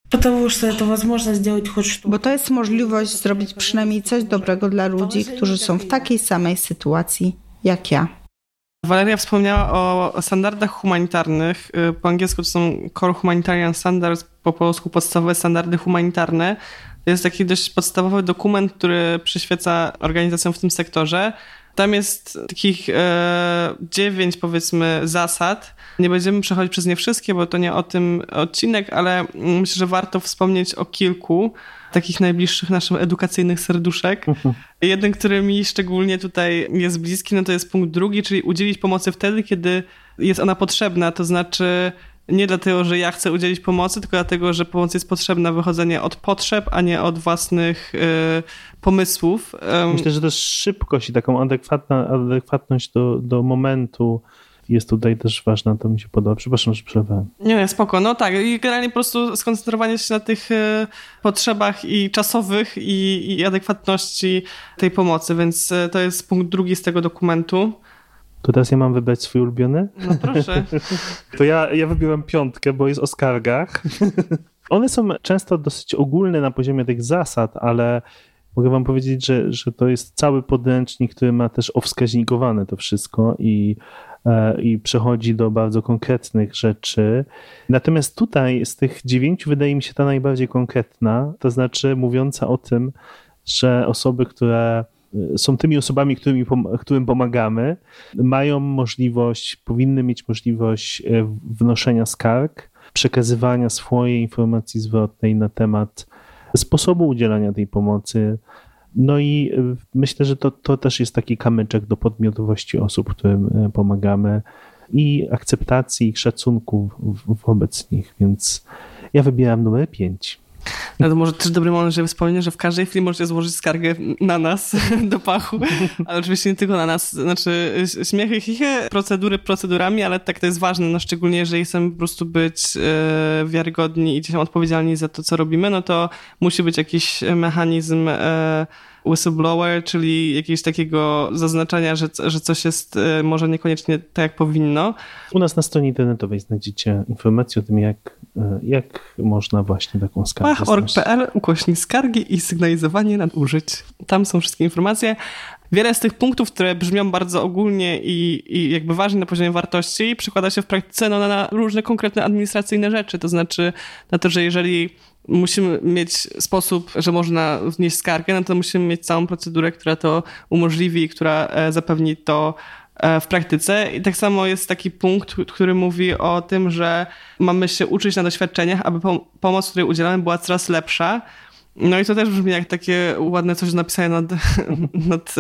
Bo to jest możliwość zrobić przynajmniej coś dobrego dla ludzi, którzy są w takiej samej sytuacji jak ja.
Waleria wspomniała o, o standardach humanitarnych. Po angielsku to są Core Humanitarian Standards, po polsku podstawowe standardy humanitarne. To jest taki dość podstawowy dokument, który przyświeca organizacjom w tym sektorze. Tam jest takich e, dziewięć, powiedzmy, zasad. Nie będziemy przechodzić przez nie wszystkie, bo to nie o tym odcinek, ale myślę, że warto wspomnieć o kilku takich najbliższych naszym edukacyjnych serduszek. Uh-huh. Jeden, który mi szczególnie tutaj jest bliski, no to jest punkt drugi, czyli udzielić pomocy wtedy, kiedy jest ona potrzebna, to znaczy nie dlatego, że ja chcę udzielić pomocy, tylko dlatego, że pomoc jest potrzebna, wychodzenie od potrzeb, a nie od własnych y, pomysłów.
Myślę, że też szybkość i taką adekwatna, adekwatność do, do momentu jest tutaj też ważna, to mi się podoba. Przepraszam, że przerwałem.
Nie, spoko. No tak, i generalnie po prostu skoncentrowanie się na tych y, potrzebach i czasowych i, i adekwatności tej pomocy, więc y, to jest punkt drugi z tego dokumentu.
To teraz ja mam wybrać swój ulubiony?
No proszę.
To ja, ja wybiłem piątkę, bo jest o skargach. One są często dosyć ogólne na poziomie tych zasad, ale mogę wam powiedzieć, że, że to jest cały podręcznik, który ma też owskaźnikowane to wszystko i, e, i przechodzi do bardzo konkretnych rzeczy. Natomiast tutaj z tych dziewięciu wydaje mi się ta najbardziej konkretna, to znaczy mówiąca o tym, że osoby, które są tymi osobami, którymi, którym pomagamy, mają możliwość, powinny mieć możliwość wnoszenia skarg, przekazywania swojej informacji zwrotnej na temat sposobu udzielania tej pomocy. No i myślę, że to, to też jest taki kamyczek do podmiotowości osób, którym pomagamy i akceptacji, i szacunku wobec nich, więc ja wybieram numer pięć.
No to może też dobry moment, żeby wspomnieć, że w każdej chwili możecie złożyć skargę na nas do Pachu, ale oczywiście nie tylko na nas. Znaczy śmiechy, chichy, procedury procedurami, ale tak to jest ważne, no szczególnie jeżeli chcemy po prostu być e, wiarygodni i gdzieś tam odpowiedzialni za to, co robimy, no to musi być jakiś mechanizm e, whistleblower, czyli jakiegoś takiego zaznaczenia, że, że coś jest e, może niekoniecznie tak, jak powinno.
U nas na stronie internetowej znajdziecie informacje o tym, jak, jak można właśnie taką skargę
pach kropka org kropka p l ukośnik skargi i sygnalizowanie nadużyć. Tam są wszystkie informacje. Wiele z tych punktów, które brzmią bardzo ogólnie i, i jakby ważne na poziomie wartości, przekłada się w praktyce no, na różne konkretne administracyjne rzeczy. To znaczy na to, że jeżeli musimy mieć sposób, że można wnieść skargę, no to musimy mieć całą procedurę, która to umożliwi, która zapewni to w praktyce. I tak samo jest taki punkt, który mówi o tym, że mamy się uczyć na doświadczeniach, aby pomoc, której udzielamy, była coraz lepsza. No i to też brzmi jak takie ładne coś napisane nad, nad,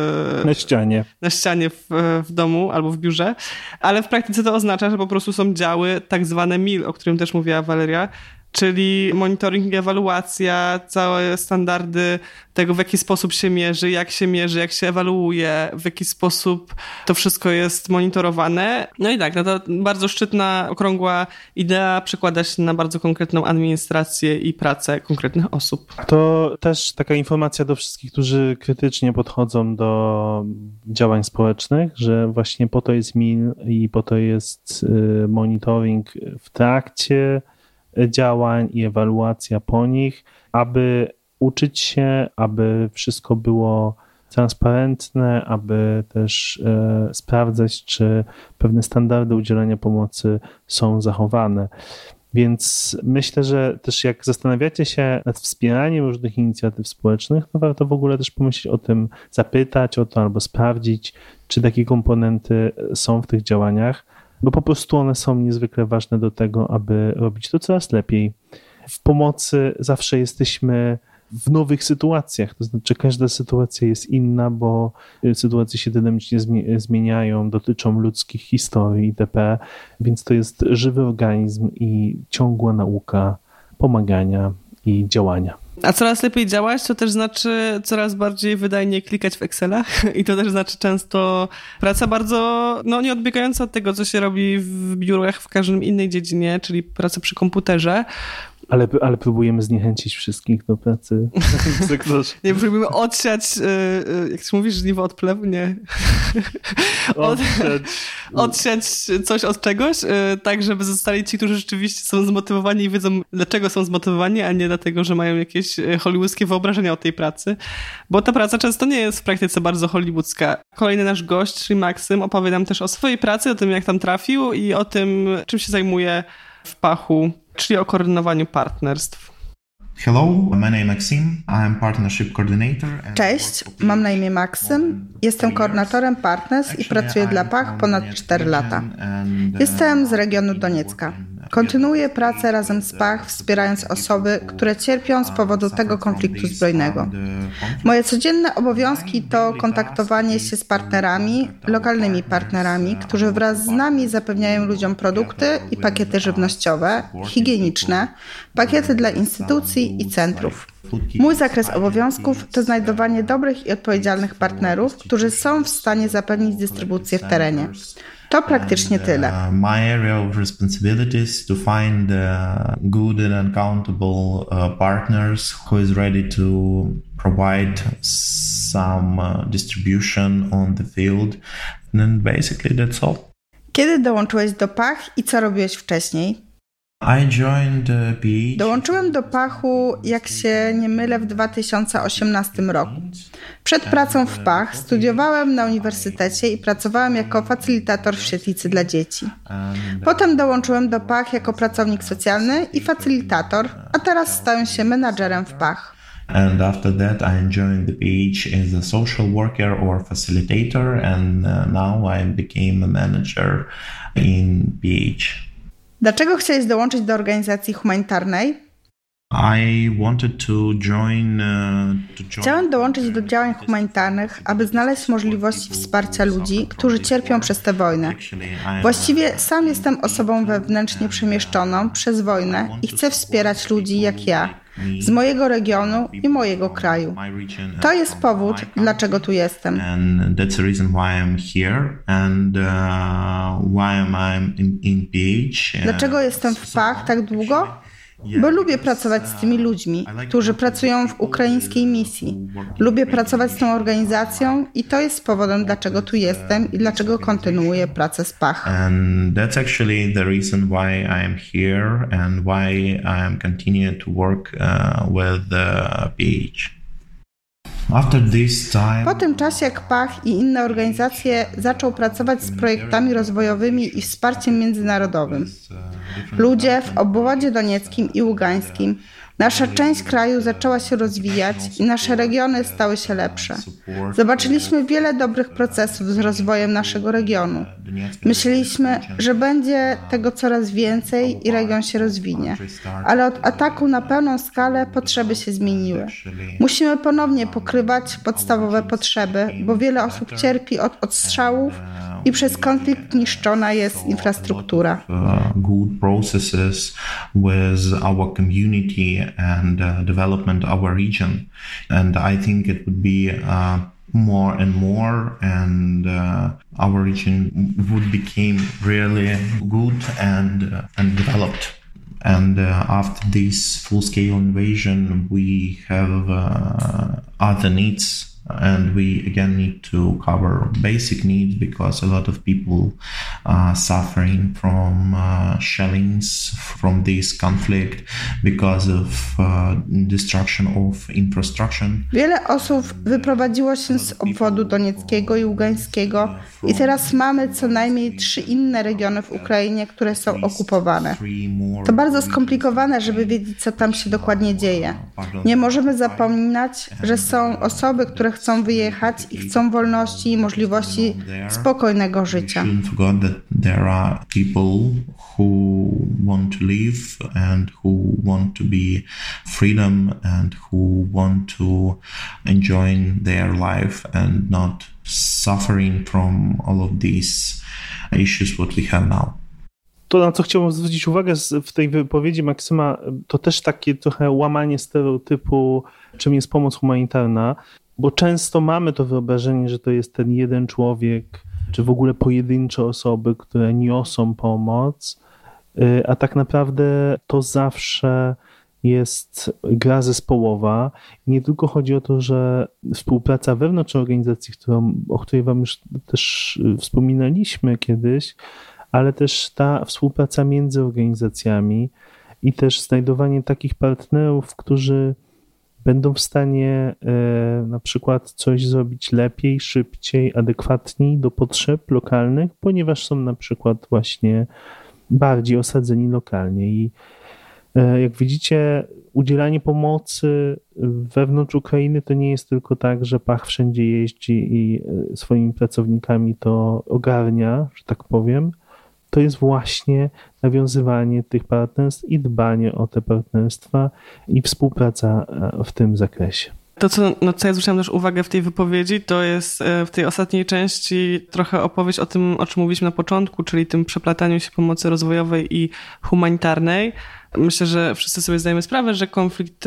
na ścianie,
na ścianie w, w domu albo w biurze, ale w praktyce to oznacza, że po prostu są działy tak zwane M I L, o którym też mówiła Waleria, czyli monitoring i ewaluacja, całe standardy tego, w jaki sposób się mierzy, jak się mierzy, jak się ewaluuje, w jaki sposób to wszystko jest monitorowane. No i tak, no to bardzo szczytna, okrągła idea przekłada się na bardzo konkretną administrację i pracę konkretnych osób.
To też taka informacja do wszystkich, którzy krytycznie podchodzą do działań społecznych, że właśnie po to jest M I L i po to jest monitoring w trakcie działań i ewaluacja po nich, aby uczyć się, aby wszystko było transparentne, aby też e, sprawdzać, czy pewne standardy udzielania pomocy są zachowane. Więc myślę, że też jak zastanawiacie się nad wspieraniem różnych inicjatyw społecznych, to warto w ogóle też pomyśleć o tym, zapytać o to albo sprawdzić, czy takie komponenty są w tych działaniach, bo po prostu one są niezwykle ważne do tego, aby robić to coraz lepiej. W pomocy zawsze jesteśmy w nowych sytuacjach, to znaczy każda sytuacja jest inna, bo sytuacje się dynamicznie zmieniają, dotyczą ludzkich historii itp., więc to jest żywy organizm i ciągła nauka pomagania i działania.
A coraz lepiej działać, to też znaczy coraz bardziej wydajnie klikać w Excelach i to też znaczy często praca bardzo no, nieodbiegająca od tego, co się robi w biurach w każdym innej dziedzinie, czyli praca przy komputerze.
Ale, ale próbujemy zniechęcić wszystkich do pracy w sektorze.
Nie, próbujemy odsiać, jak ty mówisz, żniwo od plewu, nie? Od, odsiać coś od czegoś, tak żeby zostali ci, którzy rzeczywiście są zmotywowani i wiedzą, dlaczego są zmotywowani, a nie dlatego, że mają jakieś hollywoodzkie wyobrażenia o tej pracy. Bo ta praca często nie jest w praktyce bardzo hollywoodzka. Kolejny nasz gość, czyli Maksym, opowie nam też o swojej pracy, o tym, jak tam trafił i o tym, czym się zajmuje w Pachu, czyli o koordynowaniu partnerstw.
Hello, my name is Maxim. I'm partnership coordinator.
Cześć, mam na imię Maksym. Jestem koordynatorem partnerstw i pracuję dla Pach ponad cztery lata. Jestem z regionu Doniecka. Kontynuuję pracę razem z Pach, wspierając osoby, które cierpią z powodu tego konfliktu zbrojnego. Moje codzienne obowiązki to kontaktowanie się z partnerami, lokalnymi partnerami, którzy wraz z nami zapewniają ludziom produkty i pakiety żywnościowe, higieniczne, pakiety dla instytucji i centrów. Mój zakres obowiązków to znajdowanie dobrych i odpowiedzialnych partnerów, którzy są w stanie zapewnić dystrybucję w terenie. To praktycznie tyle.
My area of responsibilities to find good and accountable partners who is ready to provide some distribution on the field. And basically that's all.
Kiedy dołączyłeś do Pach i co robiłeś wcześniej?
I joined P H.
Dołączyłem do Pachu, jak się nie mylę, w dwa tysiące osiemnastym roku. Przed pracą w Pach studiowałem na uniwersytecie i pracowałem jako facylitator w świetlicy dla dzieci. Potem dołączyłem do Pach jako pracownik socjalny i facylitator, a teraz stałem się menadżerem w Pach.
And after that I joined the P H as a social worker or facilitator, and now I became a manager in P H.
Dlaczego chciałeś dołączyć do organizacji humanitarnej?
I wanted to join, uh, to join...
Chciałem dołączyć do działań humanitarnych, aby znaleźć możliwości wsparcia ludzi, którzy cierpią przez tę wojnę. Właściwie sam jestem osobą wewnętrznie przemieszczoną przez wojnę i chcę wspierać ludzi jak ja, z mojego regionu i mojego kraju. To jest powód, dlaczego tu jestem.
And that's the reason why I'm here and uh, why I'm in, in P H.
Dlaczego jestem w Pach tak długo? Bo lubię pracować z tymi ludźmi, którzy pracują w ukraińskiej misji. Lubię pracować z tą organizacją i to jest powodem, dlaczego tu jestem i dlaczego kontynuuję pracę z Pach.
And that's actually the reason why I am here and why I am continuing to work uh, with the P H.
Po tym czasie, jak Pach i inne organizacje zaczął pracować z projektami rozwojowymi i wsparciem międzynarodowym, ludzie w obwodzie donieckim i ługańskim, nasza część kraju zaczęła się rozwijać i nasze regiony stały się lepsze. Zobaczyliśmy wiele dobrych procesów z rozwojem naszego regionu. Myśleliśmy, że będzie tego coraz więcej i region się rozwinie. Ale od ataku na pełną skalę potrzeby się zmieniły. Musimy ponownie pokrywać podstawowe potrzeby, bo wiele osób cierpi od odstrzałów i przez konflikt niszczona jest infrastruktura.
Good processes with our community and uh, development of our region. And I think it would be uh, more and more and uh, our region would become really good and uh, and developed. And uh, after this full-scale invasion, we have uh, other needs. And we again need to cover basic needs because a lot of people are suffering from uh, shellings from this conflict because of uh, destruction of infrastructure.
Wiele osób wyprowadziło się z obwodu donieckiego i ługańskiego i teraz mamy co najmniej trzy inne regiony w Ukrainie, które są okupowane. To bardzo skomplikowane, żeby wiedzieć, co tam się dokładnie dzieje. Nie możemy zapominać, że są osoby, które chcą wyjechać i chcą wolności i możliwości spokojnego życia.
There are people who want to live and who want to be freedom and who want to enjoy their life and not suffering from all of these issues what we have now.
To, na co chciałbym zwrócić uwagę w tej wypowiedzi Maksyma, to też takie trochę łamanie stereotypu, czym jest pomoc humanitarna, bo często mamy to wyobrażenie, że to jest ten jeden człowiek, czy w ogóle pojedyncze osoby, które niosą pomoc, a tak naprawdę to zawsze jest gra zespołowa. I nie tylko chodzi o to, że współpraca wewnątrz organizacji, którą, o której wam już też wspominaliśmy kiedyś, ale też ta współpraca między organizacjami i też znajdowanie takich partnerów, którzy będą w stanie e, na przykład coś zrobić lepiej, szybciej, adekwatniej do potrzeb lokalnych, ponieważ są na przykład właśnie bardziej osadzeni lokalnie. I e, jak widzicie, udzielanie pomocy wewnątrz Ukrainy to nie jest tylko tak, że Pach wszędzie jeździ i swoimi pracownikami to ogarnia, że tak powiem. To jest właśnie nawiązywanie tych partnerstw i dbanie o te partnerstwa i współpraca w tym zakresie.
To, co, no, co ja zwróciłam też uwagę w tej wypowiedzi, to jest w tej ostatniej części trochę opowieść o tym, o czym mówiliśmy na początku, czyli tym przeplataniu się pomocy rozwojowej i humanitarnej. Myślę, że wszyscy sobie zdajemy sprawę, że konflikt,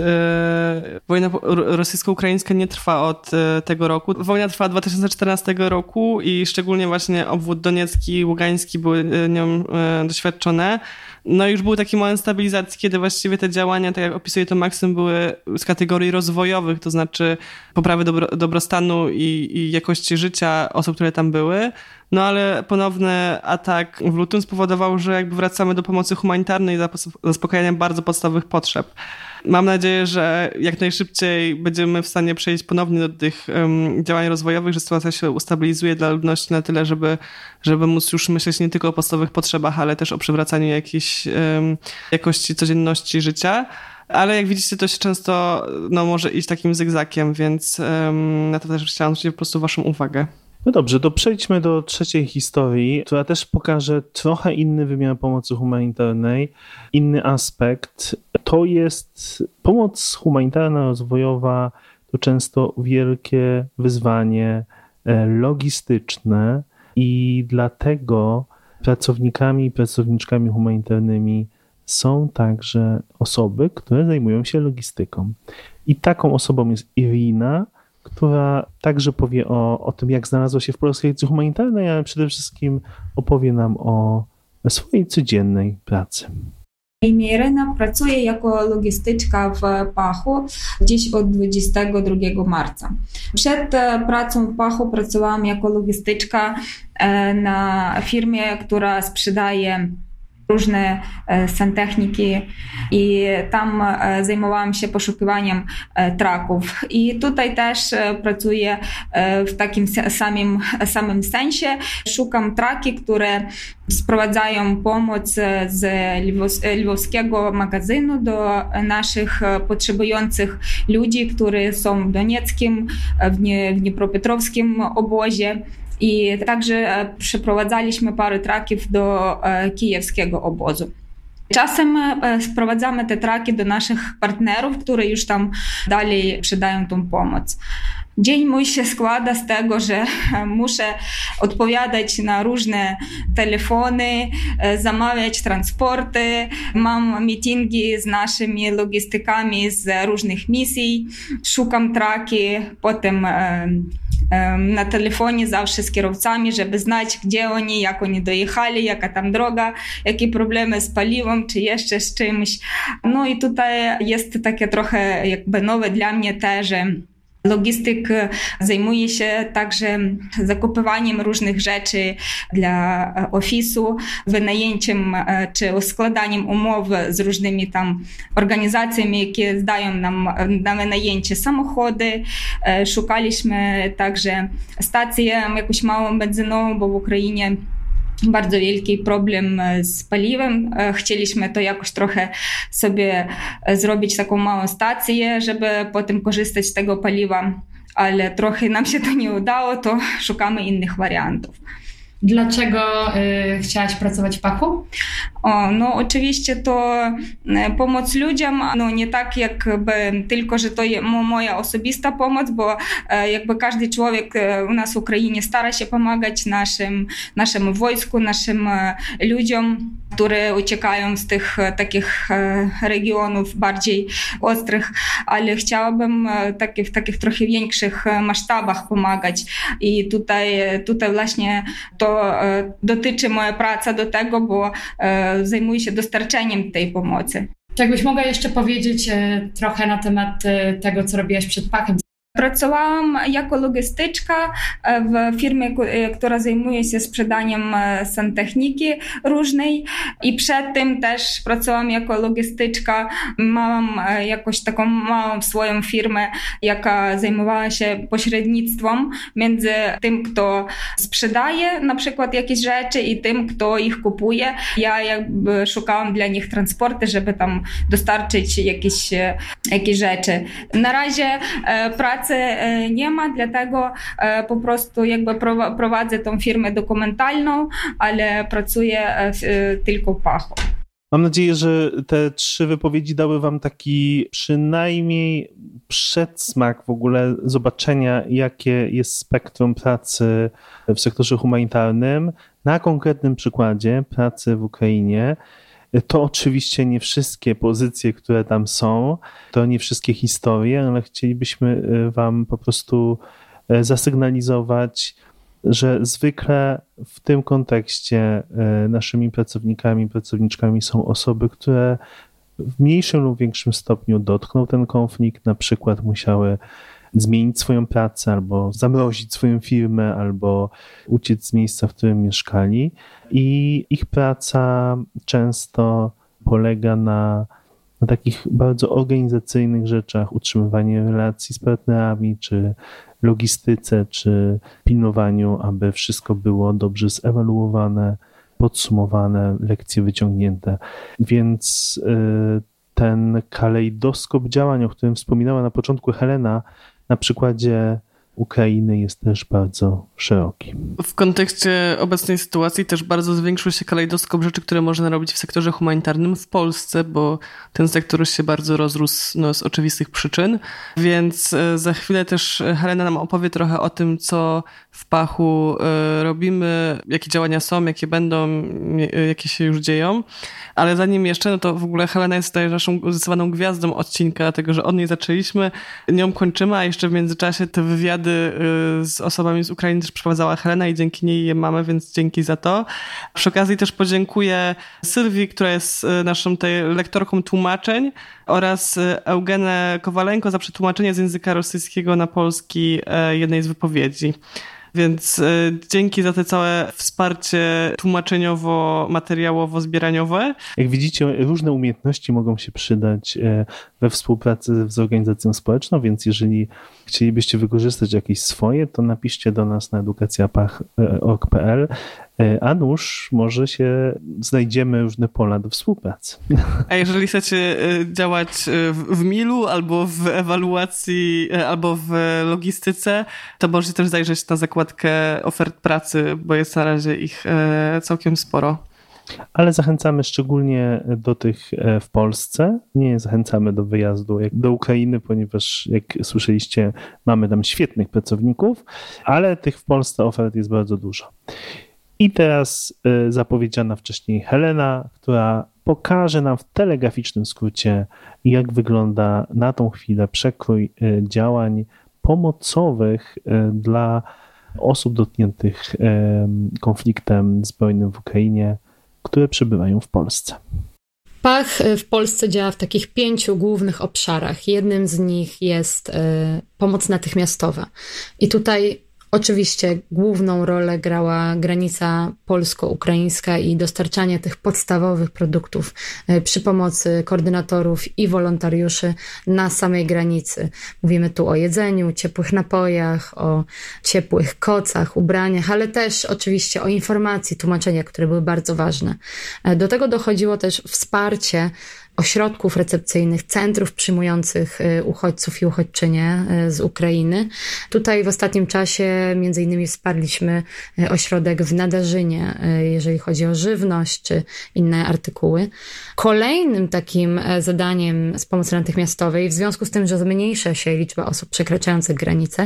e, wojna rosyjsko-ukraińska nie trwa od e, tego roku. Wojna trwa od dwa tysiące czternastego roku i szczególnie właśnie obwód doniecki i ługański były nią e, doświadczone. No i już był taki moment stabilizacji, kiedy właściwie te działania, tak jak opisuje to Maksym, były z kategorii rozwojowych, to znaczy poprawy dobro, dobrostanu i, i jakości życia osób, które tam były. No ale ponowny atak w lutym spowodował, że jakby wracamy do pomocy humanitarnej za zaspokajaniem bardzo podstawowych potrzeb. Mam nadzieję, że jak najszybciej będziemy w stanie przejść ponownie do tych um, działań rozwojowych, że sytuacja się ustabilizuje dla ludności na tyle, żeby, żeby móc już myśleć nie tylko o podstawowych potrzebach, ale też o przywracaniu jakiejś um, jakości codzienności życia. Ale jak widzicie, to się często no, może iść takim zygzakiem, więc um, na to też chciałam zwrócić po prostu waszą uwagę.
No dobrze, to przejdźmy do trzeciej historii, która też pokaże trochę inny wymiar pomocy humanitarnej, inny aspekt. To jest pomoc humanitarna, rozwojowa, to często wielkie wyzwanie logistyczne i dlatego pracownikami i pracowniczkami humanitarnymi są także osoby, które zajmują się logistyką. I taką osobą jest Irina, która także powie o, o tym, jak znalazła się w Polskiej Akcji Humanitarnej, ale przede wszystkim opowie nam o swojej codziennej pracy.
Imię Irena, pracuję jako logistyczka w Pachu gdzieś od dwudziestego drugiego marca. Przed pracą w Pachu pracowałam jako logistyczka na firmie, która sprzedaje różne santechniki i tam zajmowałam się poszukiwaniem traków. I tutaj też pracuję w takim samym, samym sensie. Szukam traki, które sprowadzają pomoc z lwowskiego magazynu do naszych potrzebujących ludzi, którzy są w Donieckim, w Dniepropietrowskim obozie. I także przeprowadzaliśmy parę traków do kijewskiego obozu. Czasem sprowadzamy te traki do naszych partnerów, którzy już tam dalej przydają tą pomoc. Dzień mój się składa z tego, że muszę odpowiadać na różne telefony, zamawiać transporty, mam meetingi z naszymi logistykami z różnych misji, szukam traki, potem na telefonie zawsze z kierowcami, żeby znać, gdzie oni, jak oni dojechali, jaka tam droga, jakie problemy z paliwem, czy jeszcze z czymś. No i tutaj jest takie trochę jakby nowe dla mnie też, że logistyk zajmuje się także zakupywaniem różnych rzeczy dla ofisu, wynajęciem czy składaniem umów z różnymi tam organizacjami, jakie zdają nam na wynajęcie samochody. Szukaliśmy także stację jakąś małą benzynową, bo w Ukrainie bardzo wielki problem z paliwem. Chcieliśmy to jakoś trochę sobie zrobić taką małą stację, żeby potem korzystać z tego paliwa, ale trochę nam się to nie udało, to szukamy innych wariantów.
Dlaczego y, chciałaś pracować w Pachu?
O, no oczywiście to pomoc ludziom, no nie tak jakby tylko, że to jest moja osobista pomoc, bo jakby każdy człowiek u nas w Ukrainie stara się pomagać naszym, naszemu wojsku, naszym ludziom, które uciekają z tych takich regionów bardziej ostrych, ale chciałabym taki, w takich trochę większych masштабach pomagać i tutaj, tutaj właśnie to dotyczy moja praca do tego, bo zajmuję się dostarczeniem tej pomocy.
Czy jakbyś mogła jeszcze powiedzieć trochę na temat tego, co robiłaś przed Pachem?
Pracowałam jako logistyczka w firmie, która zajmuje się sprzedaniem santechniki różnej i przed tym też pracowałam jako logistyczka. Mam jakąś taką małą swoją firmę, jaka zajmowała się pośrednictwem między tym, kto sprzedaje na przykład jakieś rzeczy i tym, kto ich kupuje. Ja jakby szukałam dla nich transporty, żeby tam dostarczyć jakieś, jakieś rzeczy. Na razie praca nie ma, dlatego po prostu jakby prowadzę tą firmę dokumentalną, ale pracuję tylko w Pachu.
Mam nadzieję, że te trzy wypowiedzi dały wam taki przynajmniej przedsmak w ogóle zobaczenia, jakie jest spektrum pracy w sektorze humanitarnym na konkretnym przykładzie pracy w Ukrainie. To oczywiście nie wszystkie pozycje, które tam są, to nie wszystkie historie, ale chcielibyśmy wam po prostu zasygnalizować, że zwykle w tym kontekście naszymi pracownikami, pracowniczkami są osoby, które w mniejszym lub większym stopniu dotknął ten konflikt, na przykład musiały zmienić swoją pracę, albo zamrozić swoją firmę, albo uciec z miejsca, w którym mieszkali. I ich praca często polega na, na takich bardzo organizacyjnych rzeczach, utrzymywanie relacji z partnerami, czy logistyce, czy pilnowaniu, aby wszystko było dobrze zewaluowane, podsumowane, lekcje wyciągnięte. Więc y, ten kalejdoskop działań, o którym wspominała na początku Helena, na przykładzie Ukrainy jest też bardzo szeroki.
W kontekście obecnej sytuacji też bardzo zwiększył się kalejdoskop rzeczy, które można robić w sektorze humanitarnym w Polsce, bo ten sektor się bardzo rozrósł no, z oczywistych przyczyn, więc za chwilę też Helena nam opowie trochę o tym, co w Pachu robimy, jakie działania są, jakie będą, jakie się już dzieją. Ale zanim jeszcze, no to w ogóle Helena jest tutaj naszą zdecydowaną gwiazdą odcinka, dlatego że od niej zaczęliśmy, nią kończymy, a jeszcze w międzyczasie te wywiady z osobami z Ukrainy też przeprowadzała Helena i dzięki niej je mamy, więc dzięki za to. Przy okazji też podziękuję Sylwii, która jest naszą tej lektorką tłumaczeń, oraz Eugenę Kowalenko za przetłumaczenie z języka rosyjskiego na polski jednej z wypowiedzi. Więc dzięki za te całe wsparcie tłumaczeniowo-materiałowo-zbieraniowe.
Jak widzicie, różne umiejętności mogą się przydać we współpracy z organizacją społeczną, więc jeżeli chcielibyście wykorzystać jakieś swoje, to napiszcie do nas na edukacja pach kropka org kropka p l, a nuż może się znajdziemy różne pola do współpracy.
A jeżeli chcecie działać w, w milu, albo w ewaluacji, albo w logistyce, to możecie też zajrzeć na zakładkę ofert pracy, bo jest na razie ich całkiem sporo.
Ale zachęcamy szczególnie do tych w Polsce. Nie zachęcamy do wyjazdu do Ukrainy, ponieważ jak słyszeliście, mamy tam świetnych pracowników, ale tych w Polsce ofert jest bardzo dużo. I teraz zapowiedziana wcześniej Helena, która pokaże nam w telegraficznym skrócie, jak wygląda na tą chwilę przekrój działań pomocowych dla osób dotkniętych konfliktem zbrojnym w Ukrainie, które przebywają w Polsce.
Pach w Polsce działa w takich pięciu głównych obszarach. Jednym z nich jest pomoc natychmiastowa. I tutaj oczywiście główną rolę grała granica polsko-ukraińska i dostarczanie tych podstawowych produktów przy pomocy koordynatorów i wolontariuszy na samej granicy. Mówimy tu o jedzeniu, ciepłych napojach, o ciepłych kocach, ubraniach, ale też oczywiście o informacji, tłumaczeniach, które były bardzo ważne. Do tego dochodziło też wsparcie ośrodków recepcyjnych, centrów przyjmujących uchodźców i uchodźczynie z Ukrainy. Tutaj w ostatnim czasie między innymi wsparliśmy ośrodek w Nadarzynie, jeżeli chodzi o żywność czy inne artykuły. Kolejnym takim zadaniem z pomocy natychmiastowej, w związku z tym, że zmniejsza się liczba osób przekraczających granicę,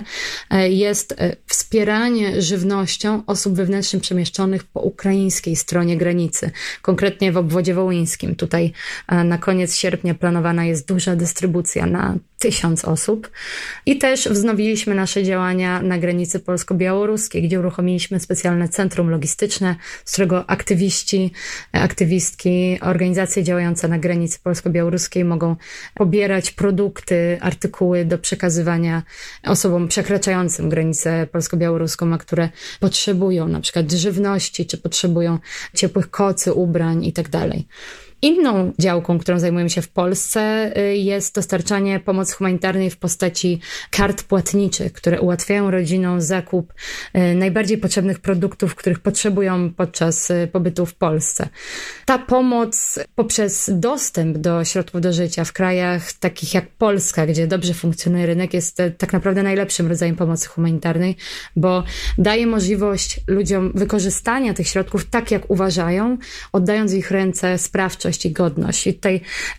jest wspieranie żywnością osób wewnętrznie przemieszczonych po ukraińskiej stronie granicy, konkretnie w obwodzie wołyńskim. Tutaj na koniec sierpnia planowana jest duża dystrybucja na tysiąc osób. I też wznowiliśmy nasze działania na granicy polsko-białoruskiej, gdzie uruchomiliśmy specjalne centrum logistyczne, z którego aktywiści, aktywistki, organizacje działające na granicy polsko-białoruskiej mogą pobierać produkty, artykuły do przekazywania osobom przekraczającym granicę polsko-białoruską, a które potrzebują na przykład żywności, czy potrzebują ciepłych kocy, ubrań i tak dalej. Inną działką, którą zajmujemy się w Polsce, jest dostarczanie pomocy humanitarnej w postaci kart płatniczych, które ułatwiają rodzinom zakup najbardziej potrzebnych produktów, których potrzebują podczas pobytu w Polsce. Ta pomoc poprzez dostęp do środków do życia w krajach takich jak Polska, gdzie dobrze funkcjonuje rynek, jest tak naprawdę najlepszym rodzajem pomocy humanitarnej, bo daje możliwość ludziom wykorzystania tych środków tak, jak uważają, oddając w ich ręce sprawczość i godność. I tutaj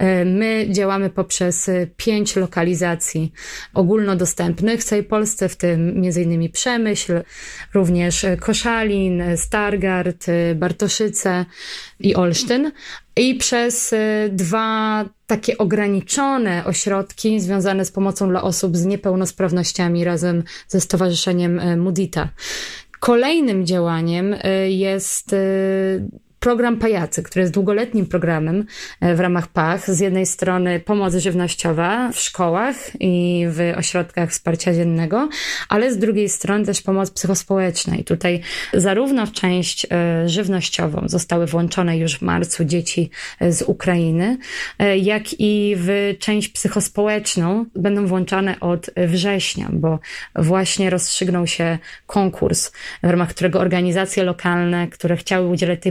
my działamy poprzez pięć lokalizacji ogólnodostępnych w całej Polsce, w tym między innymi Przemyśl, również Koszalin, Stargard, Bartoszyce i Olsztyn. I przez dwa takie ograniczone ośrodki związane z pomocą dla osób z niepełnosprawnościami razem ze Stowarzyszeniem Mudita. Kolejnym działaniem jest program Pajacy, który jest długoletnim programem w ramach Pach. Z jednej strony pomoc żywnościowa w szkołach i w ośrodkach wsparcia dziennego, ale z drugiej strony też pomoc psychospołeczna. I tutaj zarówno w część żywnościową zostały włączone już w marcu dzieci z Ukrainy, jak i w część psychospołeczną będą włączane od września, bo właśnie rozstrzygnął się konkurs, w ramach którego organizacje lokalne, które chciały udzielać tej pomocy,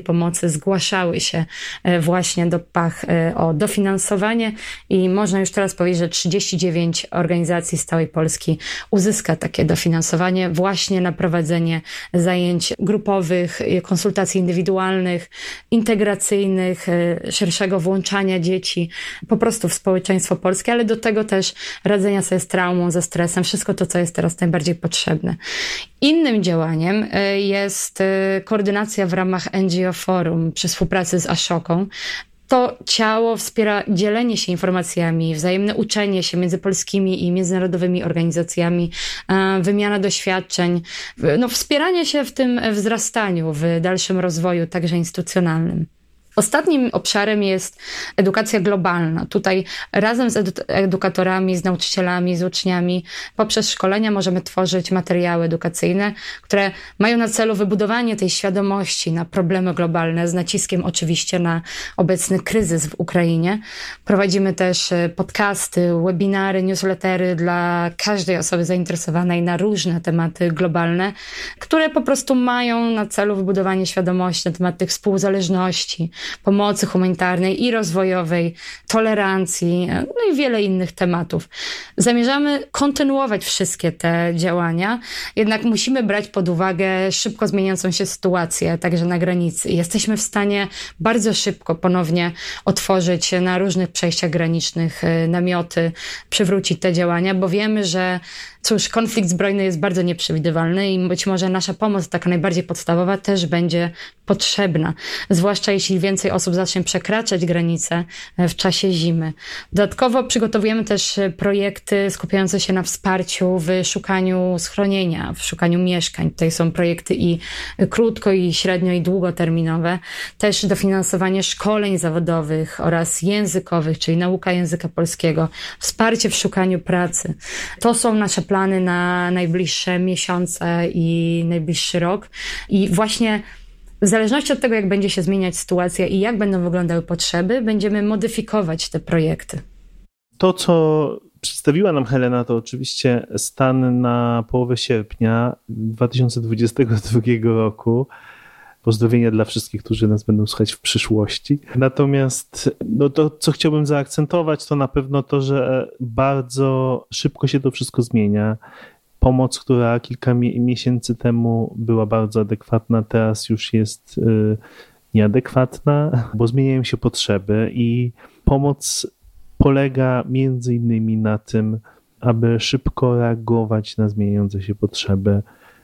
pomocy zgłaszały się właśnie do Pach o dofinansowanie i można już teraz powiedzieć, że trzydzieści dziewięć organizacji z całej Polski uzyska takie dofinansowanie właśnie na prowadzenie zajęć grupowych, konsultacji indywidualnych, integracyjnych, szerszego włączania dzieci po prostu w społeczeństwo polskie, ale do tego też radzenia sobie z traumą, ze stresem, wszystko to, co jest teraz najbardziej potrzebne. Innym działaniem jest koordynacja w ramach N G O Forum przy współpracy z Ashoką. To ciało wspiera dzielenie się informacjami, wzajemne uczenie się między polskimi i międzynarodowymi organizacjami, wymiana doświadczeń, no, wspieranie się w tym wzrastaniu, w dalszym rozwoju, także instytucjonalnym. Ostatnim obszarem jest edukacja globalna. Tutaj razem z edu- edukatorami, z nauczycielami, z uczniami poprzez szkolenia możemy tworzyć materiały edukacyjne, które mają na celu wybudowanie tej świadomości na problemy globalne, z naciskiem oczywiście na obecny kryzys w Ukrainie. Prowadzimy też podcasty, webinary, newslettery dla każdej osoby zainteresowanej na różne tematy globalne, które po prostu mają na celu wybudowanie świadomości na temat tych współzależności, pomocy humanitarnej i rozwojowej, tolerancji, no i wiele innych tematów. Zamierzamy kontynuować wszystkie te działania, jednak musimy brać pod uwagę szybko zmieniającą się sytuację, także na granicy. Jesteśmy w stanie bardzo szybko ponownie otworzyć na różnych przejściach granicznych namioty, przywrócić te działania, bo wiemy, że cóż, konflikt zbrojny jest bardzo nieprzewidywalny i być może nasza pomoc, taka najbardziej podstawowa, też będzie potrzebna. Zwłaszcza jeśli więcej osób zacznie przekraczać granice w czasie zimy. Dodatkowo przygotowujemy też projekty skupiające się na wsparciu w szukaniu schronienia, w szukaniu mieszkań. Tutaj są projekty i krótko, i średnio, i długoterminowe. Też dofinansowanie szkoleń zawodowych oraz językowych, czyli nauka języka polskiego. Wsparcie w szukaniu pracy. To są nasze plany plany na najbliższe miesiące i najbliższy rok. I właśnie w zależności od tego, jak będzie się zmieniać sytuacja i jak będą wyglądały potrzeby, będziemy modyfikować te projekty.
To, co przedstawiła nam Helena, to oczywiście stan na połowę sierpnia dwa tysiące dwudziestego drugiego roku. Pozdrowienia dla wszystkich, którzy nas będą słuchać w przyszłości. Natomiast no to, co chciałbym zaakcentować, to na pewno to, że bardzo szybko się to wszystko zmienia. Pomoc, która kilka mi- miesięcy temu była bardzo adekwatna, teraz już jest y, nieadekwatna, bo zmieniają się potrzeby i pomoc polega między innymi na tym, aby szybko reagować na zmieniające się potrzeby.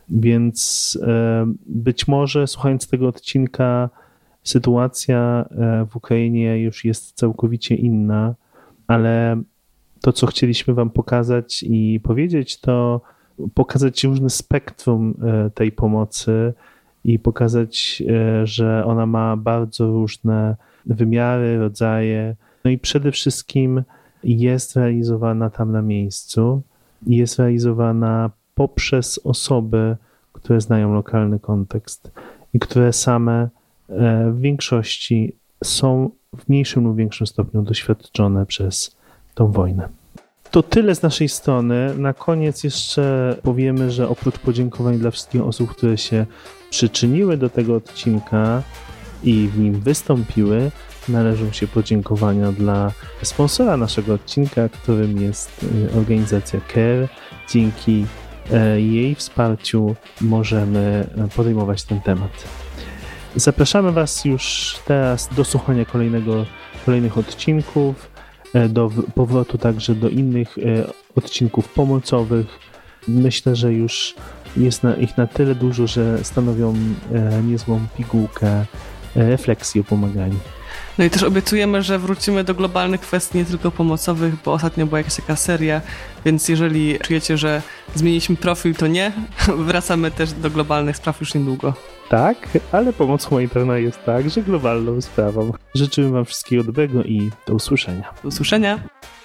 Więc być może słuchając tego odcinka sytuacja w Ukrainie już jest całkowicie inna, ale to, co chcieliśmy wam pokazać i powiedzieć, to pokazać różne spektrum tej pomocy i pokazać, że ona ma bardzo różne wymiary, rodzaje, no i przede wszystkim jest realizowana tam na miejscu i jest realizowana poprzez osoby, które znają lokalny kontekst i które same w większości są w mniejszym lub większym stopniu doświadczone przez tą wojnę. To tyle z naszej strony. Na koniec jeszcze powiemy, że oprócz podziękowań dla wszystkich osób, które się przyczyniły do tego odcinka i w nim wystąpiły, należą się podziękowania dla sponsora naszego odcinka, którym jest organizacja CARE. Dzięki jej wsparciu możemy podejmować ten temat. Zapraszamy was już teraz do słuchania kolejnego, kolejnych odcinków, do powrotu także do innych odcinków pomocowych. Myślę, że już jest na, ich na tyle dużo, że stanowią niezłą pigułkę refleksji o pomaganiu.
No i też obiecujemy, że wrócimy do globalnych kwestii, nie tylko pomocowych, bo ostatnio była jakaś taka seria, więc jeżeli czujecie, że zmieniliśmy profil, to nie. Wracamy też do globalnych spraw już niedługo.
Tak, ale pomoc humanitarna jest także globalną sprawą. Życzymy wam wszystkiego dobrego i do usłyszenia.
Do usłyszenia.